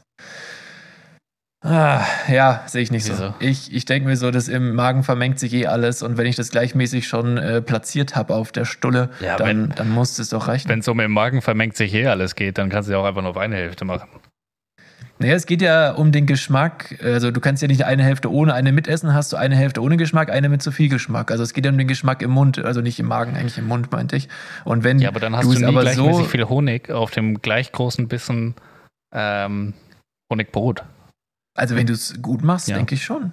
Ja, sehe ich nicht so. Ich denke mir so, dass im Magen vermengt sich alles und wenn ich das gleichmäßig schon platziert habe auf der Stulle, dann muss es doch reichen. Wenn es im Magen vermengt sich alles geht, dann kannst du ja auch einfach nur auf eine Hälfte machen. Naja, es geht ja um den Geschmack. Also du kannst ja nicht eine Hälfte ohne, eine mitessen, hast du eine Hälfte ohne Geschmack, eine mit zu viel Geschmack. Also es geht ja um den Geschmack im Mund, also nicht im Magen, eigentlich im Mund, meinte ich. Und wenn ja, aber dann hast du nie gleichmäßig viel Honig auf dem gleich großen Bissen Honigbrot. Also wenn du es gut machst, denke ich schon.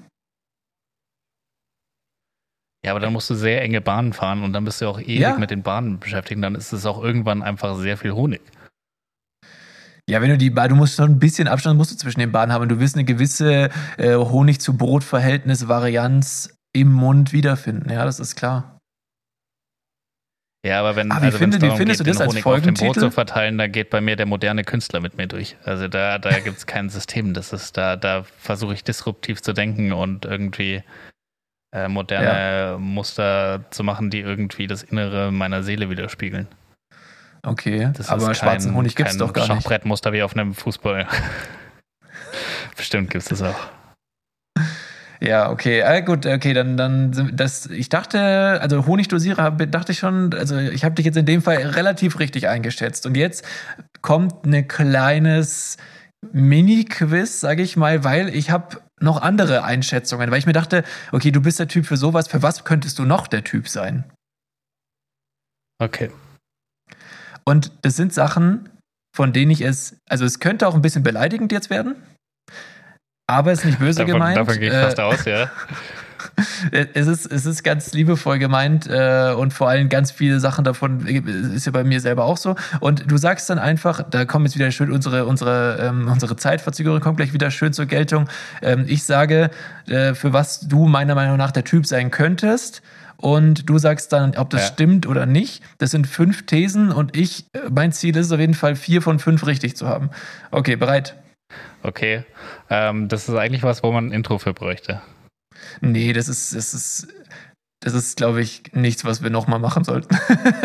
Ja, aber dann musst du sehr enge Bahnen fahren und dann bist du auch ewig mit den Bahnen beschäftigt. Dann ist es auch irgendwann einfach sehr viel Honig. Ja, wenn du musst schon ein bisschen Abstand musst du zwischen den Bahnen haben und du wirst eine gewisse Honig-zu-Brot-Verhältnis-Varianz im Mund wiederfinden. Ja, das ist klar. Ja, aber wie findest du das als Honig Folgentitel? Auf dem Brot zu verteilen, da geht bei mir der moderne Künstler mit mir durch. Also da gibt es kein System. Da versuche ich disruptiv zu denken und irgendwie moderne Muster zu machen, die irgendwie das Innere meiner Seele widerspiegeln. Okay, aber schwarzen Honig gibt es doch gar nicht. Schachbrettmuster wie auf einem Fußball. Bestimmt gibt es das auch. Ja, okay, gut, okay, dann ich dachte, also Honigdosierer dachte ich schon, also ich habe dich jetzt in dem Fall relativ richtig eingeschätzt. Und jetzt kommt ein kleines Mini-Quiz, sage ich mal, weil ich habe noch andere Einschätzungen, weil ich mir dachte, okay, du bist der Typ für sowas, für was könntest du noch der Typ sein? Okay. Und das sind Sachen, von denen es könnte auch ein bisschen beleidigend jetzt werden, aber es ist nicht böse gemeint. Davon gehe ich fast aus, ja. Es ist ganz liebevoll gemeint und vor allem ganz viele Sachen davon ist ja bei mir selber auch so. Und du sagst dann einfach, da kommt jetzt wieder schön unsere Zeitverzögerung kommt gleich wieder schön zur Geltung. Ich sage, für was du meiner Meinung nach der Typ sein könntest. Und du sagst dann, ob das stimmt oder nicht. Das sind 5 Thesen und mein Ziel ist es auf jeden Fall 4 von 5 richtig zu haben. Okay, bereit? Okay. Das ist eigentlich was, wo man ein Intro für bräuchte. Nee, das ist, glaube ich, nichts, was wir nochmal machen sollten.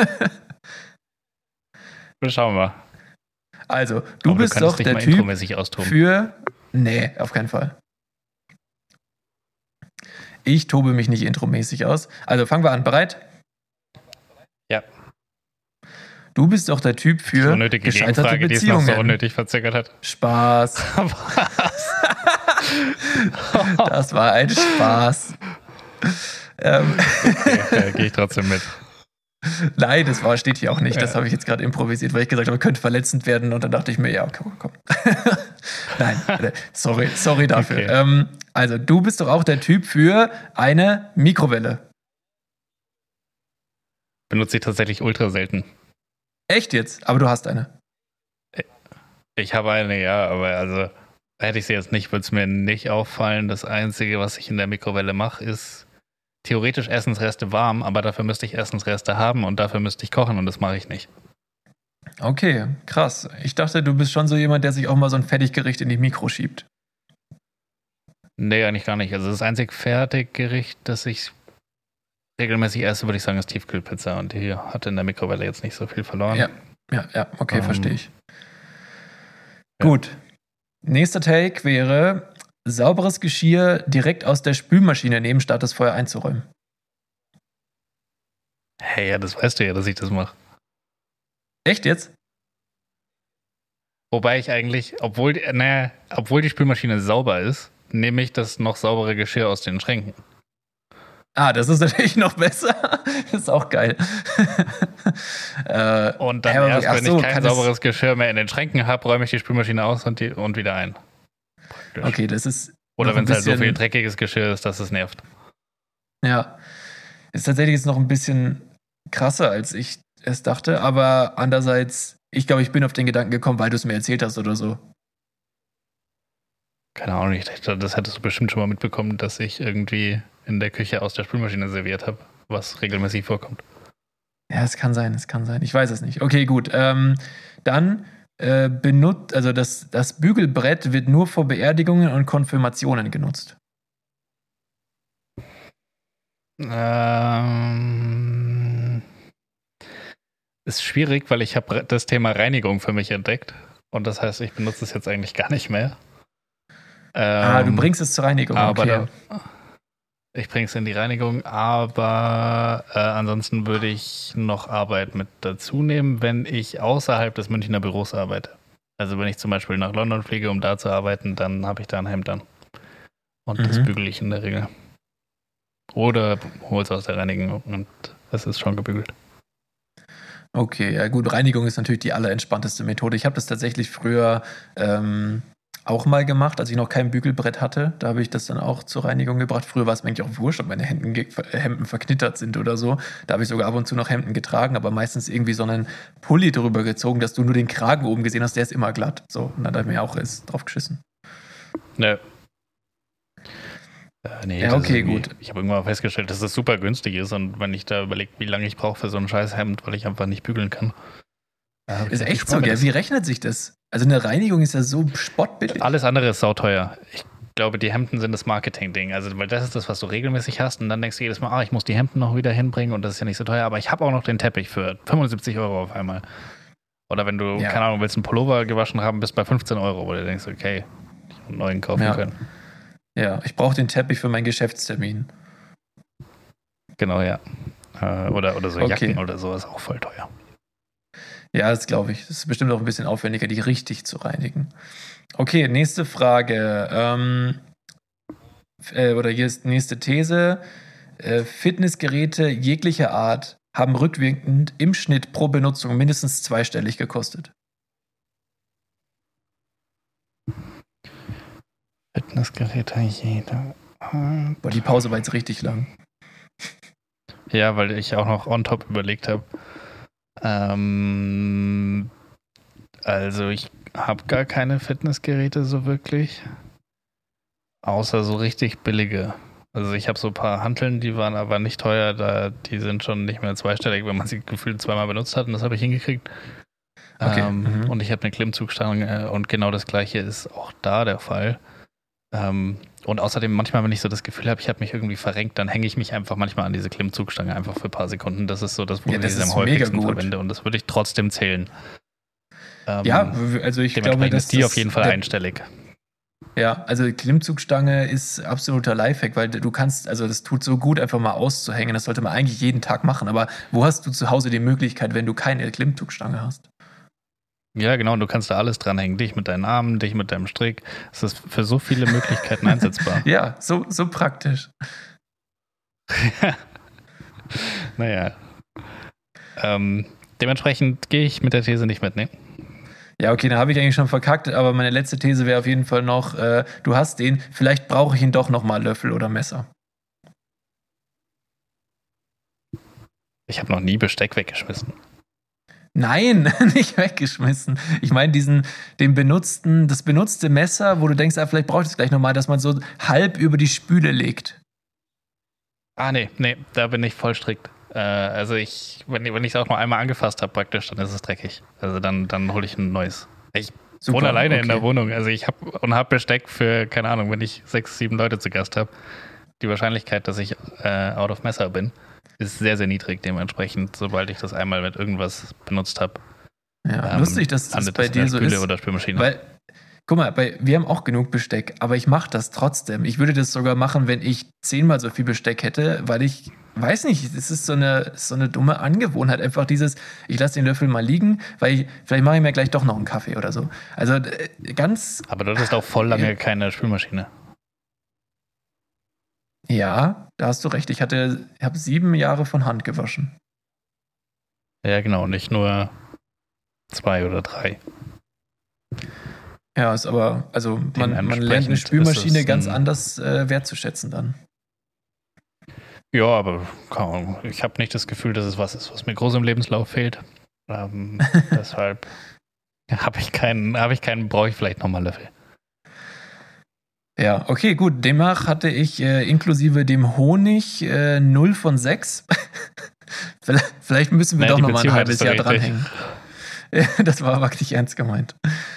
Schauen wir mal. Also, du bist doch der Typ für... Nee, auf keinen Fall. Ich tobe mich nicht intromäßig aus. Also, fangen wir an. Bereit? Ja. Du bist doch der Typ für gescheiterte Beziehungen. Die es noch so unnötig verzögert hat. Spaß. Was? Das war ein Spaß. Okay, gehe ich trotzdem mit. Nein, steht hier auch nicht. Das habe ich jetzt gerade improvisiert, weil ich gesagt habe, könnte verletzend werden. Und dann dachte ich mir, ja, okay, komm. Nein, sorry dafür. Okay. Also, du bist doch auch der Typ für eine Mikrowelle. Benutze ich tatsächlich ultra selten. Echt jetzt? Aber du hast eine. Ich habe eine, ja, aber also hätte ich sie jetzt nicht, würde es mir nicht auffallen. Das Einzige, was ich in der Mikrowelle mache, ist theoretisch Essensreste warm, aber dafür müsste ich Essensreste haben und dafür müsste ich kochen und das mache ich nicht. Okay, krass. Ich dachte, du bist schon so jemand, der sich auch mal so ein Fertiggericht in die Mikro schiebt. Nee, eigentlich gar nicht. Also das einzige Fertiggericht, das ich regelmäßig esse, würde ich sagen, ist Tiefkühlpizza und die hat in der Mikrowelle jetzt nicht so viel verloren. Ja, okay, verstehe ich. Gut. Nächster Take wäre, sauberes Geschirr direkt aus der Spülmaschine nehmen, statt das Feuer einzuräumen. Hey, ja, das weißt du ja, dass ich das mache. Echt jetzt? Wobei ich eigentlich, obwohl die Spülmaschine sauber ist, nehme ich das noch saubere Geschirr aus den Schränken. Ah, das ist natürlich noch besser. Das ist auch geil. Und dann wenn ich kein sauberes Geschirr mehr in den Schränken habe, räume ich die Spülmaschine aus und wieder ein. Praktisch. Okay, das ist. Oder wenn es halt so viel dreckiges Geschirr ist, dass es nervt. Ja. Ist tatsächlich jetzt noch ein bisschen krasser, als ich es dachte, aber andererseits, ich glaube, ich bin auf den Gedanken gekommen, weil du es mir erzählt hast oder so. Keine Ahnung, ich dachte, das hättest du bestimmt schon mal mitbekommen, dass ich irgendwie in der Küche aus der Spülmaschine serviert habe, was regelmäßig vorkommt. Ja, es kann sein. Ich weiß es nicht. Okay, gut. Dann das Bügelbrett wird nur vor Beerdigungen und Konfirmationen genutzt. Ist schwierig, weil ich habe das Thema Reinigung für mich entdeckt. Und das heißt, ich benutze es jetzt eigentlich gar nicht mehr. Du bringst es zur Reinigung, okay. Ich bringe es in die Reinigung, aber ansonsten würde ich noch Arbeit mit dazu nehmen, wenn ich außerhalb des Münchner Büros arbeite. Also wenn ich zum Beispiel nach London fliege, um da zu arbeiten, dann habe ich da ein Hemd an. Und das bügele ich in der Regel. Oder hole es aus der Reinigung und es ist schon gebügelt. Okay, ja gut, Reinigung ist natürlich die allerentspannteste Methode. Ich habe das tatsächlich früher auch mal gemacht, als ich noch kein Bügelbrett hatte. Da habe ich das dann auch zur Reinigung gebracht. Früher war es mir eigentlich auch wurscht, ob meine Hemden verknittert sind oder so. Da habe ich sogar ab und zu noch Hemden getragen, aber meistens irgendwie so einen Pulli drüber gezogen, dass du nur den Kragen oben gesehen hast, der ist immer glatt. So, und dann hat er mir auch drauf geschissen. Ne. Nee, ja, okay, gut. Ich habe irgendwann festgestellt, dass das super günstig ist und wenn ich da überlege, wie lange ich brauche für so ein scheiß Hemd, weil ich einfach nicht bügeln kann. Ist echt so, gell? Wie rechnet sich das? Also eine Reinigung ist ja so spottbillig. Alles andere ist sauteuer. Ich glaube, die Hemden sind das Marketing-Ding. Also, weil das ist das, was du regelmäßig hast und dann denkst du jedes Mal, ich muss die Hemden noch wieder hinbringen und das ist ja nicht so teuer, aber ich habe auch noch den Teppich für 75 € auf einmal. Oder wenn du, keine Ahnung, willst einen Pullover gewaschen haben, bist bei 15 €, wo du denkst, okay, ich habe einen neuen kaufen können. Ja, ich brauche den Teppich für meinen Geschäftstermin. Genau, ja. Oder so Jacken oder so ist auch voll teuer. Ja, das glaube ich. Das ist bestimmt auch ein bisschen aufwendiger, die richtig zu reinigen. Okay, nächste Frage. oder hier ist die nächste These, Fitnessgeräte jeglicher Art haben rückwirkend im Schnitt pro Benutzung mindestens zweistellig gekostet. Fitnessgeräte jeder Art. Boah, die Pause war jetzt richtig lang. Ja, weil ich auch noch on top überlegt habe. Also ich habe gar keine Fitnessgeräte so wirklich. Außer so richtig billige. Also ich habe so ein paar Hanteln, die waren aber nicht teuer, die sind schon nicht mehr zweistellig, wenn man sie gefühlt zweimal benutzt hat und das habe ich hingekriegt. Okay. Und ich habe eine Klimmzugstange und genau das gleiche ist auch da der Fall. Und außerdem manchmal, wenn ich so das Gefühl habe, ich habe mich irgendwie verrenkt, dann hänge ich mich einfach manchmal an diese Klimmzugstange einfach für ein paar Sekunden. Das ist so das, wo ich sie am häufigsten verwende und das würde ich trotzdem zählen. Ja, also ich glaube, dass ist die auf jeden Fall einstellig. Ja, also die Klimmzugstange ist absoluter Lifehack, weil du kannst, also das tut so gut, einfach mal auszuhängen. Das sollte man eigentlich jeden Tag machen. Aber wo hast du zu Hause die Möglichkeit, wenn du keine Klimmzugstange hast? Ja, genau, und du kannst da alles dranhängen. Dich mit deinen Armen, dich mit deinem Strick. Es ist für so viele Möglichkeiten einsetzbar. Ja, so praktisch. Naja. Dementsprechend gehe ich mit der These nicht mit, ne? Ja, okay, dann habe ich eigentlich schon verkackt, aber meine letzte These wäre auf jeden Fall noch, du hast den, vielleicht brauche ich ihn doch nochmal Löffel oder Messer. Ich habe noch nie Besteck weggeschmissen. Nein, nicht weggeschmissen. Ich meine das benutzte Messer, wo du denkst, vielleicht brauche ich das gleich nochmal, dass man so halb über die Spüle legt. Ah, nee, da bin ich voll strikt. Also wenn ich es auch noch einmal angefasst habe praktisch, dann ist es dreckig. Also dann hole ich ein neues. Ich wohne alleine in der Wohnung. Also ich habe Besteck für, keine Ahnung, wenn ich 6, 7 Leute zu Gast habe. Die Wahrscheinlichkeit, dass ich out of Messer bin, ist sehr, sehr niedrig. Dementsprechend, sobald ich das einmal mit irgendwas benutzt habe. Ja, lustig, dass das bei dir so ist. Oder Spülmaschine. Weil, guck mal, wir haben auch genug Besteck, aber ich mache das trotzdem. Ich würde das sogar machen, wenn ich 10-mal so viel Besteck hätte, weil ich weiß nicht, das ist so eine dumme Angewohnheit. Einfach dieses, ich lasse den Löffel mal liegen, weil vielleicht mache ich mir gleich doch noch einen Kaffee oder so. Also ganz. Aber du hattest auch voll lange keine Spülmaschine. Ja, da hast du recht. Ich habe 7 Jahre von Hand gewaschen. Ja, genau, nicht nur 2 oder 3. Ja, ist aber, also man lernt eine Spülmaschine ganz anders wertzuschätzen dann. Ja, aber ich habe nicht das Gefühl, dass es was ist, was mir groß im Lebenslauf fehlt. Deshalb brauche ich vielleicht nochmal Löffel. Ja, okay, gut. Demnach hatte ich inklusive dem Honig 0 von 6. Vielleicht müssen wir doch nochmal ein halbes Jahr dranhängen. Das war aber nicht ernst gemeint.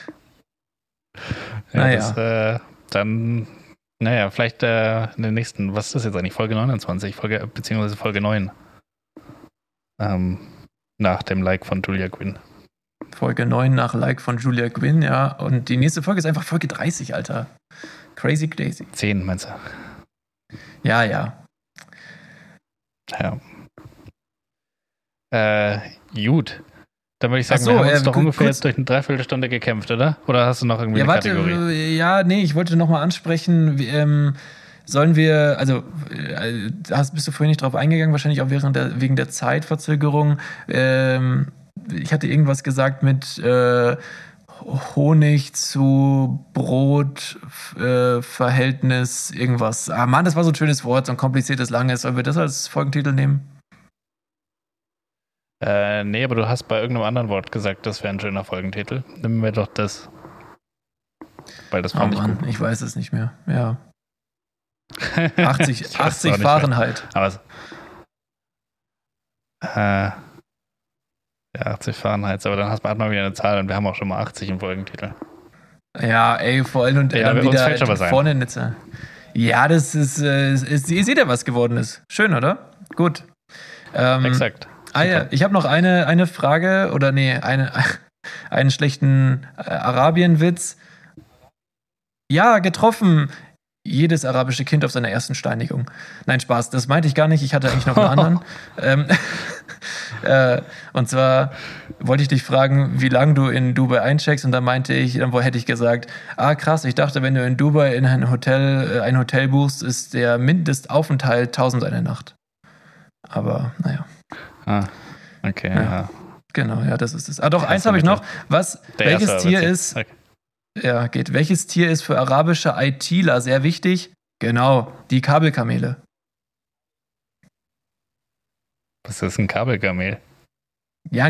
Ja, naja. Vielleicht in den nächsten, was ist das jetzt eigentlich, Folge 29, beziehungsweise Folge 9. Nach dem Like von Julia Quinn. Folge 9 nach Like von Julia Quinn, ja. Und die nächste Folge ist einfach Folge 30, Alter. Crazy Daisy. 10, meinst du? Ja. Ja. Gut. Dann würde ich sagen, wir haben uns doch ungefähr jetzt durch eine Dreiviertelstunde gekämpft, oder? Oder hast du noch irgendwie eine Kategorie? Ich wollte nochmal ansprechen, sollen wir, also bist du vorhin nicht drauf eingegangen, wahrscheinlich auch wegen der Zeitverzögerung. Ich hatte irgendwas gesagt mit Honig zu Brot, Verhältnis, irgendwas. Ah Mann, das war so ein schönes Wort, so ein kompliziertes, langes. Sollen wir das als Folgentitel nehmen? Nee, aber du hast bei irgendeinem anderen Wort gesagt, das wäre ein schöner Folgentitel. Nehmen wir doch das. Weil das fand ich gut. Ich weiß es nicht mehr. Ja. 80 Fahrenheit. Aber ja, 80 Fahrenheit. Aber dann hat man wieder eine Zahl und wir haben auch schon mal 80 im Folgentitel. Ja, ey, vor allem und dann wieder vorne eine Zahl. Ja, das ist, ihr seht ja, was geworden ist. Schön, oder? Gut. Exakt. Ja, ich habe noch eine Frage oder einen schlechten Arabienwitz. Ja, getroffen. Jedes arabische Kind auf seiner ersten Steinigung. Nein, Spaß, das meinte ich gar nicht. Ich hatte eigentlich noch einen anderen. Und zwar wollte ich dich fragen, wie lange du in Dubai eincheckst, und dann hätte ich gesagt, krass, ich dachte, wenn du in Dubai in ein Hotel buchst, ist der Mindestaufenthalt 1.000 eine Nacht. Aber naja. Okay, ja. Genau, ja, das ist es. Doch, eins habe ich noch. Welches Tier ist... Okay. Ja, geht. Welches Tier ist für arabische ITler sehr wichtig? Genau, die Kabelkamele. Was ist ein Kabelkamel? Ja,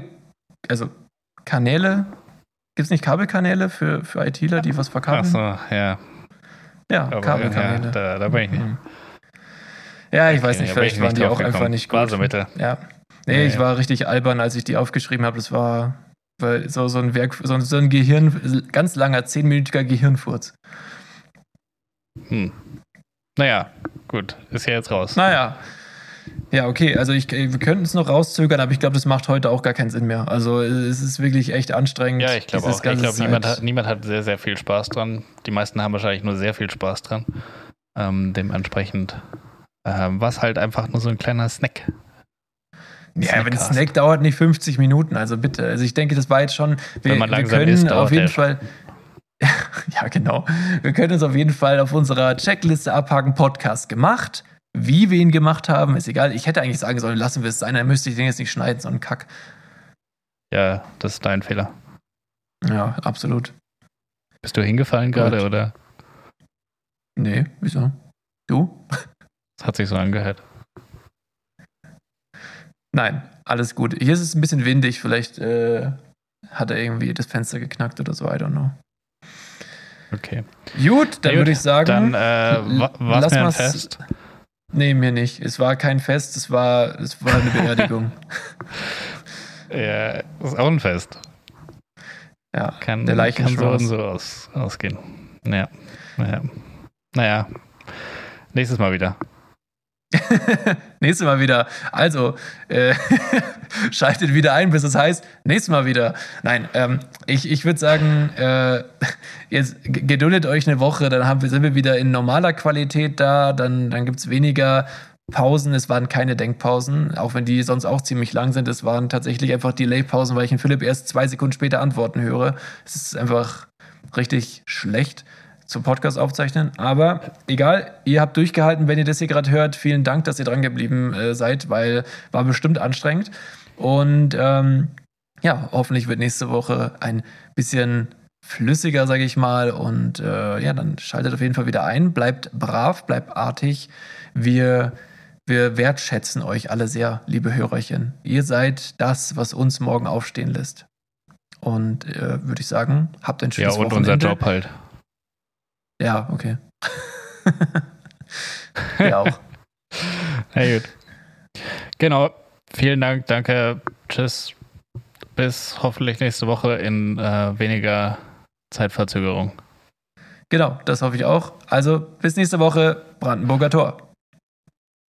Kanäle. Gibt es nicht Kabelkanäle für ITler, die was verkabeln? Ach so, ja. Ja, aber Kabelkanäle. Ja, da bin ich nicht. Ja, ich weiß nicht, vielleicht waren die auch einfach nicht gut. War so Mitte. Ja. Nee, ich war richtig albern, als ich die aufgeschrieben habe. Das war so ein Gehirn, ganz langer, 10-minütiger Gehirnfurz. Naja, gut, ist ja jetzt raus. Naja. Ja, okay, also wir könnten es noch rauszögern, aber ich glaube, das macht heute auch gar keinen Sinn mehr. Also es ist wirklich echt anstrengend. Ja, ich glaube auch. Ich glaube, niemand hat sehr, sehr viel Spaß dran. Die meisten haben wahrscheinlich nur sehr viel Spaß dran. Dementsprechend war es halt einfach nur so ein kleiner Snack. Ja, aber ein Snack dauert nicht 50 Minuten, also bitte. Also ich denke, das war jetzt schon... Wenn man langsam isst, auf jeden Fall... Ja, genau. Wir können uns auf jeden Fall auf unserer Checkliste abhaken, Podcast gemacht. Wie wir ihn gemacht haben, ist egal. Ich hätte eigentlich sagen sollen, lassen wir es sein, dann müsste ich den jetzt nicht schneiden, so ein Kack. Ja, das ist dein Fehler. Ja, absolut. Bist du hingefallen gerade, oder? Nee, wieso? Du? Das hat sich so angehört. Nein, alles gut. Hier ist es ein bisschen windig, vielleicht hat er irgendwie das Fenster geknackt oder so, I don't know. Okay. Gut, dann würde ich sagen... Dann war's mir ein Fest? Nee, mir nicht. Es war kein Fest, es war eine Beerdigung. Ja, ist auch ein Fest. Ja, der Leichen kann so und so ausgehen. Ja. Naja. Nächstes Mal wieder. Nächstes Mal wieder. Also, schaltet wieder ein, bis es heißt, nächstes Mal wieder. Nein, ich würde sagen, jetzt geduldet euch eine Woche, dann sind wir wieder in normaler Qualität da, dann gibt es weniger Pausen, es waren keine Denkpausen, auch wenn die sonst auch ziemlich lang sind. Es waren tatsächlich einfach Delay-Pausen, weil ich den Philipp erst 2 Sekunden später antworten höre. Es ist einfach richtig schlecht zum Podcast aufzeichnen, aber egal, ihr habt durchgehalten, wenn ihr das hier gerade hört. Vielen Dank, dass ihr dran geblieben seid, weil war bestimmt anstrengend. Und hoffentlich wird nächste Woche ein bisschen flüssiger, sage ich mal. Und dann schaltet auf jeden Fall wieder ein. Bleibt brav, bleibt artig. Wir wertschätzen euch alle sehr, liebe Hörerchen. Ihr seid das, was uns morgen aufstehen lässt. Und würde ich sagen, habt ein schönes Wochenende. Ja, und unser Job halt. Ja, okay. Ja, auch. Na gut. Genau. Vielen Dank, danke. Tschüss. Bis hoffentlich nächste Woche in weniger Zeitverzögerung. Genau, das hoffe ich auch. Also bis nächste Woche, Brandenburger Tor.